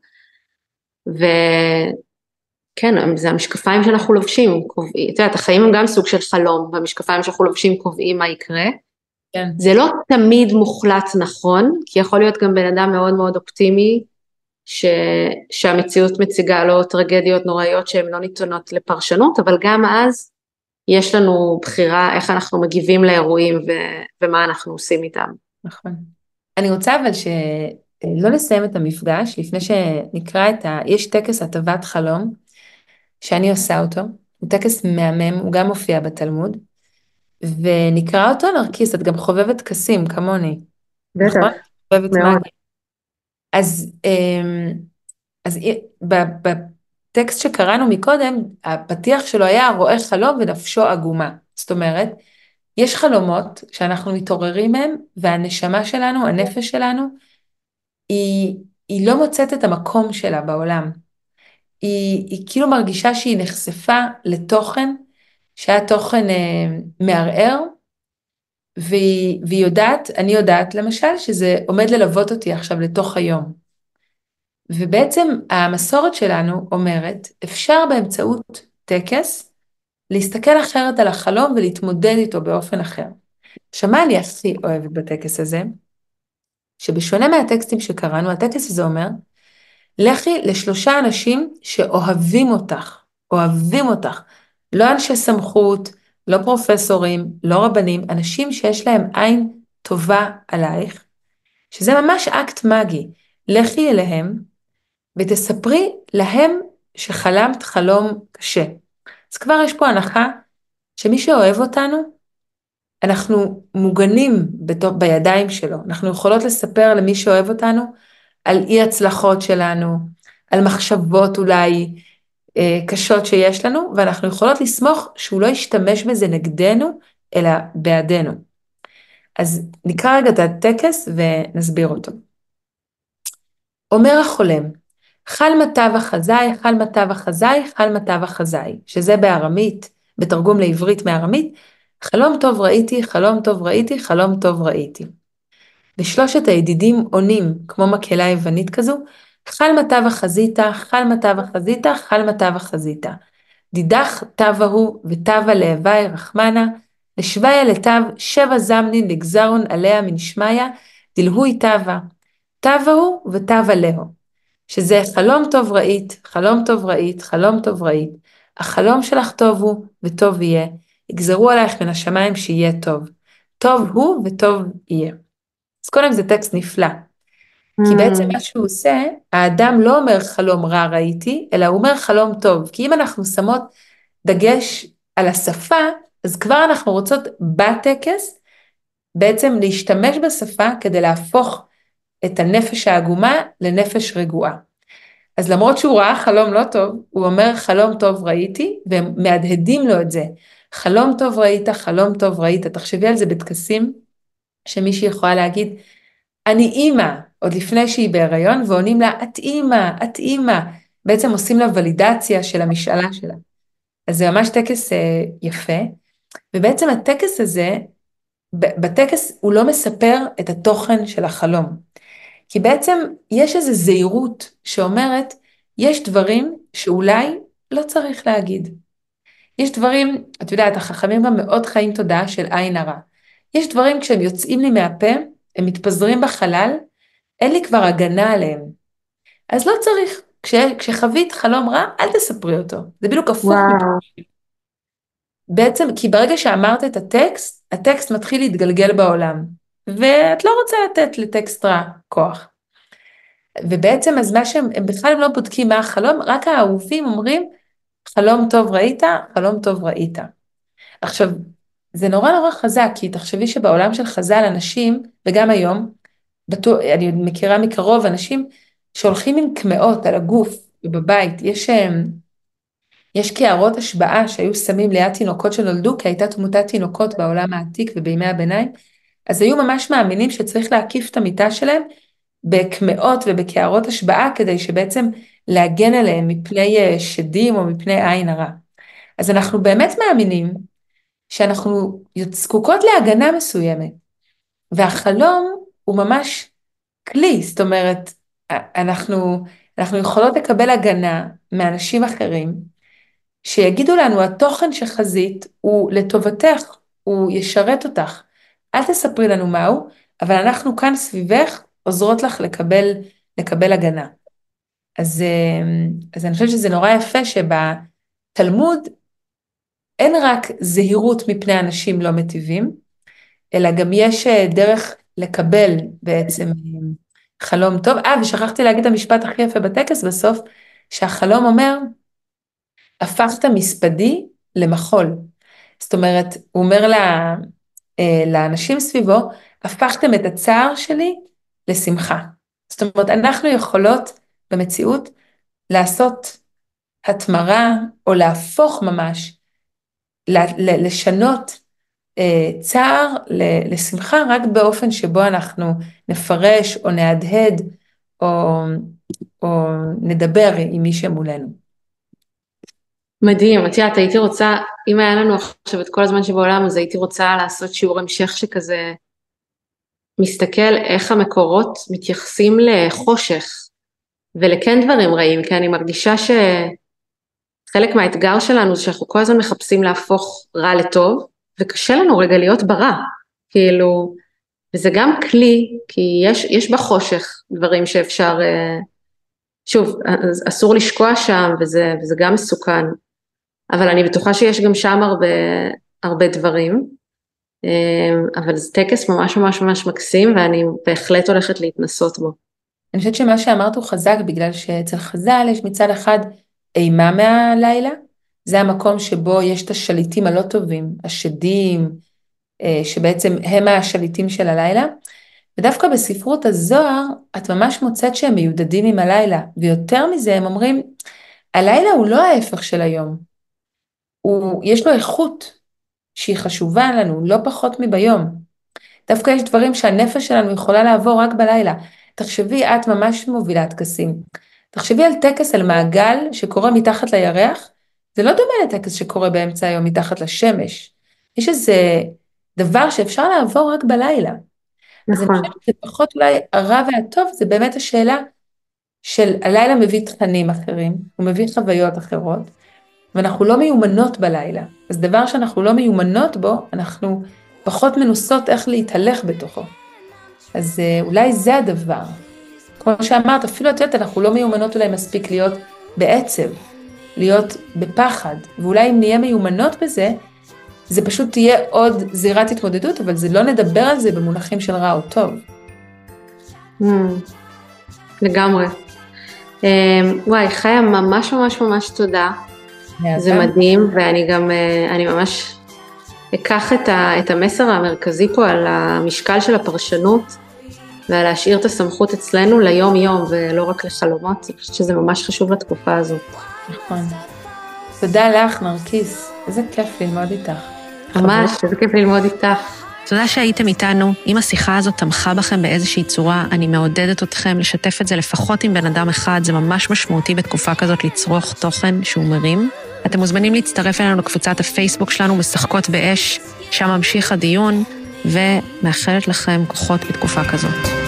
וכן, זה המשקפיים שאנחנו לובשים, קובעים, את יודעת, החיים הם גם סוג של חלום, והמשקפיים שאנחנו לובשים קובעים מה יקרה, כן. זה לא תמיד מוחלט נכון, כי יכול להיות גם בן אדם מאוד מאוד אופטימי, ש... שהמציאות מציגה לו טרגדיות נוראיות שהן לא ניתנות לפרשנות, אבל גם אז יש לנו בחירה איך אנחנו מגיבים לאירועים ו... ומה אנחנו עושים איתם. נכון. אני רוצה אבל שלא נסיים את המפגש, לפני שנקרא את ה... יש טקס הטבת חלום, שאני עושה אותו, הוא טקס מהמם, הוא גם מופיע בתלמוד, ונקרא אותו נרקיס, את גם חובבת טקסים כמוני, בטח, נכון? חובבת מאוד. מגי. אז, אז בטקסט שקראנו מקודם, הפתיח שלו היה רואה חלום ונפשו עגומה. זאת אומרת, יש חלומות שאנחנו מתעוררים מהם, והנשמה שלנו, הנפש שלנו, היא, היא לא מוצאת את המקום שלה בעולם. היא, היא כאילו מרגישה שהיא נחשפה לתוכן, שהיה תוכן אה, מערער, והיא, והיא יודעת, אני יודעת למשל, שזה עומד ללוות אותי עכשיו לתוך היום. ובעצם המסורת שלנו אומרת, אפשר באמצעות טקס, להסתכל אחרת על החלום ולהתמודד איתו באופן אחר. שמה אני הכי אוהבת בטקס הזה? שבשונה מהטקסטים שקראנו, הטקס הזה אומר, לכי לשלושה אנשים שאוהבים אותך, אוהבים אותך, לא אנשי סמכות, לא פרופסורים, לא רבנים, אנשים שיש להם עין טובה עלייך, שזה ממש אקט מגי. לכי אליהם ותספרי להם שחלמת חלום קשה. אז כבר יש פה הנחה שמי שאוהב אותנו, אנחנו מוגנים בתו, בידיים שלו. אנחנו יכולות לספר למי שאוהב אותנו על אי הצלחות שלנו, על מחשבות אולי אה, קשות שיש לנו, ואנחנו יכולות לסמוך שהוא לא ישתמש בזה נגדנו, אלא בעדנו. אז נקרא רגע את הטקס ונסביר אותו. אומר החולם, חל מטב החזאי, חל מטב החזאי, חל מטב החזאי, שזה בארמית, בתרגום לעברית מארמית, חלום טוב ראיתי, חלום טוב ראיתי, חלום טוב ראיתי. ושלושת הידידים עונים, כמו מקהלה יוונית כזו, חל מטב החזיתה, חל מטב החזיתה, חל מטב החזיתה. דידך טבה הוא וטבה להווי רחמנה, לשוויה לטב שבע זמנין לגזרון עליה מנשמיה, דלהוי טבה. טבה הוא וטבה להו. שזה חלום טוב ראית, חלום טוב ראית, חלום טוב ראית. החלום שלך טוב הוא וטוב יהיה. יגזרו עלייך מן השמיים שיהיה טוב. טוב הוא וטוב יהיה. אז קודם זה טקסט נפלא. כי בעצם מה שהוא עושה, האדם לא אומר חלום רע ראיתי, אלא הוא אומר חלום טוב. כי אם אנחנו שמות דגש על השפה, אז כבר אנחנו רוצות בטקס בעצם להשתמש בשפה כדי להפוך את הנפש העגומה לנפש רגועה. אז למרות שהוא ראה חלום לא טוב, הוא אומר חלום טוב ראיתי, והם מהדהדים לו את זה. חלום טוב ראית, חלום טוב ראית. תחשבי על זה בטקסים, שמישהי יכולה להגיד, אני אימא, עוד לפני שהיא בהיריון, ועונים לה, את אימא, את אימא. בעצם עושים לה ולידציה של המשאלה שלה. אז זה ממש טקס אה, יפה, ובעצם הטקס הזה, בטקס הוא לא מספר את התוכן של החלום. כי בעצם יש איזו זהירות שאומרת, יש דברים שאולי לא צריך להגיד. יש דברים, את יודעת, החכמים גם מאוד חיים תודעה של עין הרע. יש דברים כשהם יוצאים לי מהפה, הם מתפזרים בחלל, אין לי כבר הגנה עליהם. אז לא צריך, כש, כשחווית חלום רע, אל תספרי אותו. זה בדיוק הפוך. וואו. בעצם, כי ברגע שאמרת את הטקסט, הטקסט מתחיל להתגלגל בעולם. ואת לא רוצה לתת לטקסט רע כוח. ובעצם אז מה שהם, הם בכלל לא בודקים מה החלום, רק האהובים אומרים, חלום טוב ראית, חלום טוב ראית. עכשיו, זה נורא נורא חזק, כי תחשבי שבעולם של חז"ל אנשים, וגם היום, בטוח, אני מכירה מקרוב אנשים שהולכים עם קמעות על הגוף ובבית, יש, יש קערות השבעה שהיו שמים ליד תינוקות שנולדו, כי הייתה תמותת תינוקות בעולם העתיק ובימי הביניים, אז היו ממש מאמינים שצריך להקיף את המיטה שלהם, בקמאות ובקערות השבעה, כדי שבעצם להגן עליהם מפני שדים או מפני עין הרע. אז אנחנו באמת מאמינים שאנחנו זקוקות להגנה מסוימת, והחלום הוא ממש כלי, זאת אומרת, אנחנו, אנחנו יכולות לקבל הגנה מאנשים אחרים, שיגידו לנו, התוכן שחזית הוא לטובתך, הוא ישרת אותך, אל תספרי לנו מהו, אבל אנחנו כאן סביבך, עוזרות לך לקבל, לקבל הגנה. אז, אז אני חושבת שזה נורא יפה שבתלמוד אין רק זהירות מפני אנשים לא מטיבים, אלא גם יש דרך לקבל בעצם חלום טוב. אה, ושכחתי להגיד את המשפט הכי יפה בטקס בסוף, שהחלום אומר, הפכת מספדי למחול. זאת אומרת, הוא אומר לה, לאנשים סביבו, הפכתם את הצער שלי לשמחה. זאת אומרת, אנחנו יכולות במציאות לעשות התמרה, או להפוך ממש, לשנות צער לשמחה, רק באופן שבו אנחנו נפרש, או נהדהד, או, או נדבר עם מי שמולנו. מדהים, את יודעת, הייתי רוצה, אם היה לנו עכשיו את כל הזמן שבעולם, אז הייתי רוצה לעשות שיעור המשך שכזה, מסתכל איך המקורות מתייחסים לחושך, ולכן דברים רעים, כי אני מרגישה שחלק מהאתגר שלנו, זה שאנחנו כל הזמן מחפשים להפוך רע לטוב, וקשה לנו רגע להיות ברע, כאילו, וזה גם כלי, כי יש, יש בחושך דברים שאפשר, שוב, אסור לשקוע שם, וזה, וזה גם מסוכן, אבל אני בטוחה שיש גם שם הרבה, הרבה דברים, אבל זה טקס ממש ממש ממש מקסים, ואני בהחלט הולכת להתנסות בו. אני חושבת שמה שאמרת הוא חזק, בגלל שאצל חז"ל יש מצד אחד אימה מהלילה, זה המקום שבו יש את השליטים הלא טובים, השדים, שבעצם הם השליטים של הלילה, ודווקא בספרות הזוהר, את ממש מוצאת שהם מיודדים עם הלילה, ויותר מזה הם אומרים, הלילה הוא לא ההפך של היום, הוא, יש לו איכות שהיא חשובה לנו, לא פחות מביום. דווקא יש דברים שהנפש שלנו יכולה לעבור רק בלילה. תחשבי, את ממש מובילה טקסים. תחשבי על טקס, על מעגל שקורה מתחת לירח, זה לא דומה לטקס שקורה באמצע היום מתחת לשמש. יש איזה דבר שאפשר לעבור רק בלילה. נכון. אז אני חושבת שפחות אולי הרע והטוב, זה באמת השאלה של הלילה מביא תכנים אחרים, הוא מביא חוויות אחרות, ואנחנו לא מיומנות בלילה. אז דבר שאנחנו לא מיומנות בו, אנחנו פחות מנוסות איך להתהלך בתוכו. אז אולי זה הדבר. כמו שאמרת, אפילו את יודעת, אנחנו לא מיומנות אולי מספיק להיות בעצב, להיות בפחד, ואולי אם נהיה מיומנות בזה, זה פשוט תהיה עוד זירת התמודדות, אבל זה לא נדבר על זה במונחים של רע או טוב. Mm, לגמרי. Um, וואי, חיה, ממש ממש ממש תודה. זה מדהים, ואני גם, אני ממש אקח את, ה, את המסר המרכזי פה על המשקל של הפרשנות, ועל להשאיר את הסמכות אצלנו ליום יום, ולא רק לחלומות. אני חושבת שזה ממש חשוב לתקופה הזאת. נכון. תודה לך, נרקיס. איזה כיף ללמוד איתך. ממש, איזה כיף ללמוד איתך. תודה שהייתם איתנו. אם השיחה הזאת תמכה בכם באיזושהי צורה, אני מעודדת אתכם לשתף את זה לפחות עם בן אדם אחד. זה ממש משמעותי בתקופה כזאת לצרוך תוכן שהוא מרים. אתם מוזמנים להצטרף אלינו לקבוצת הפייסבוק שלנו, משחקות באש, שם ממשיך הדיון, ומאחלת לכם כוחות בתקופה כזאת.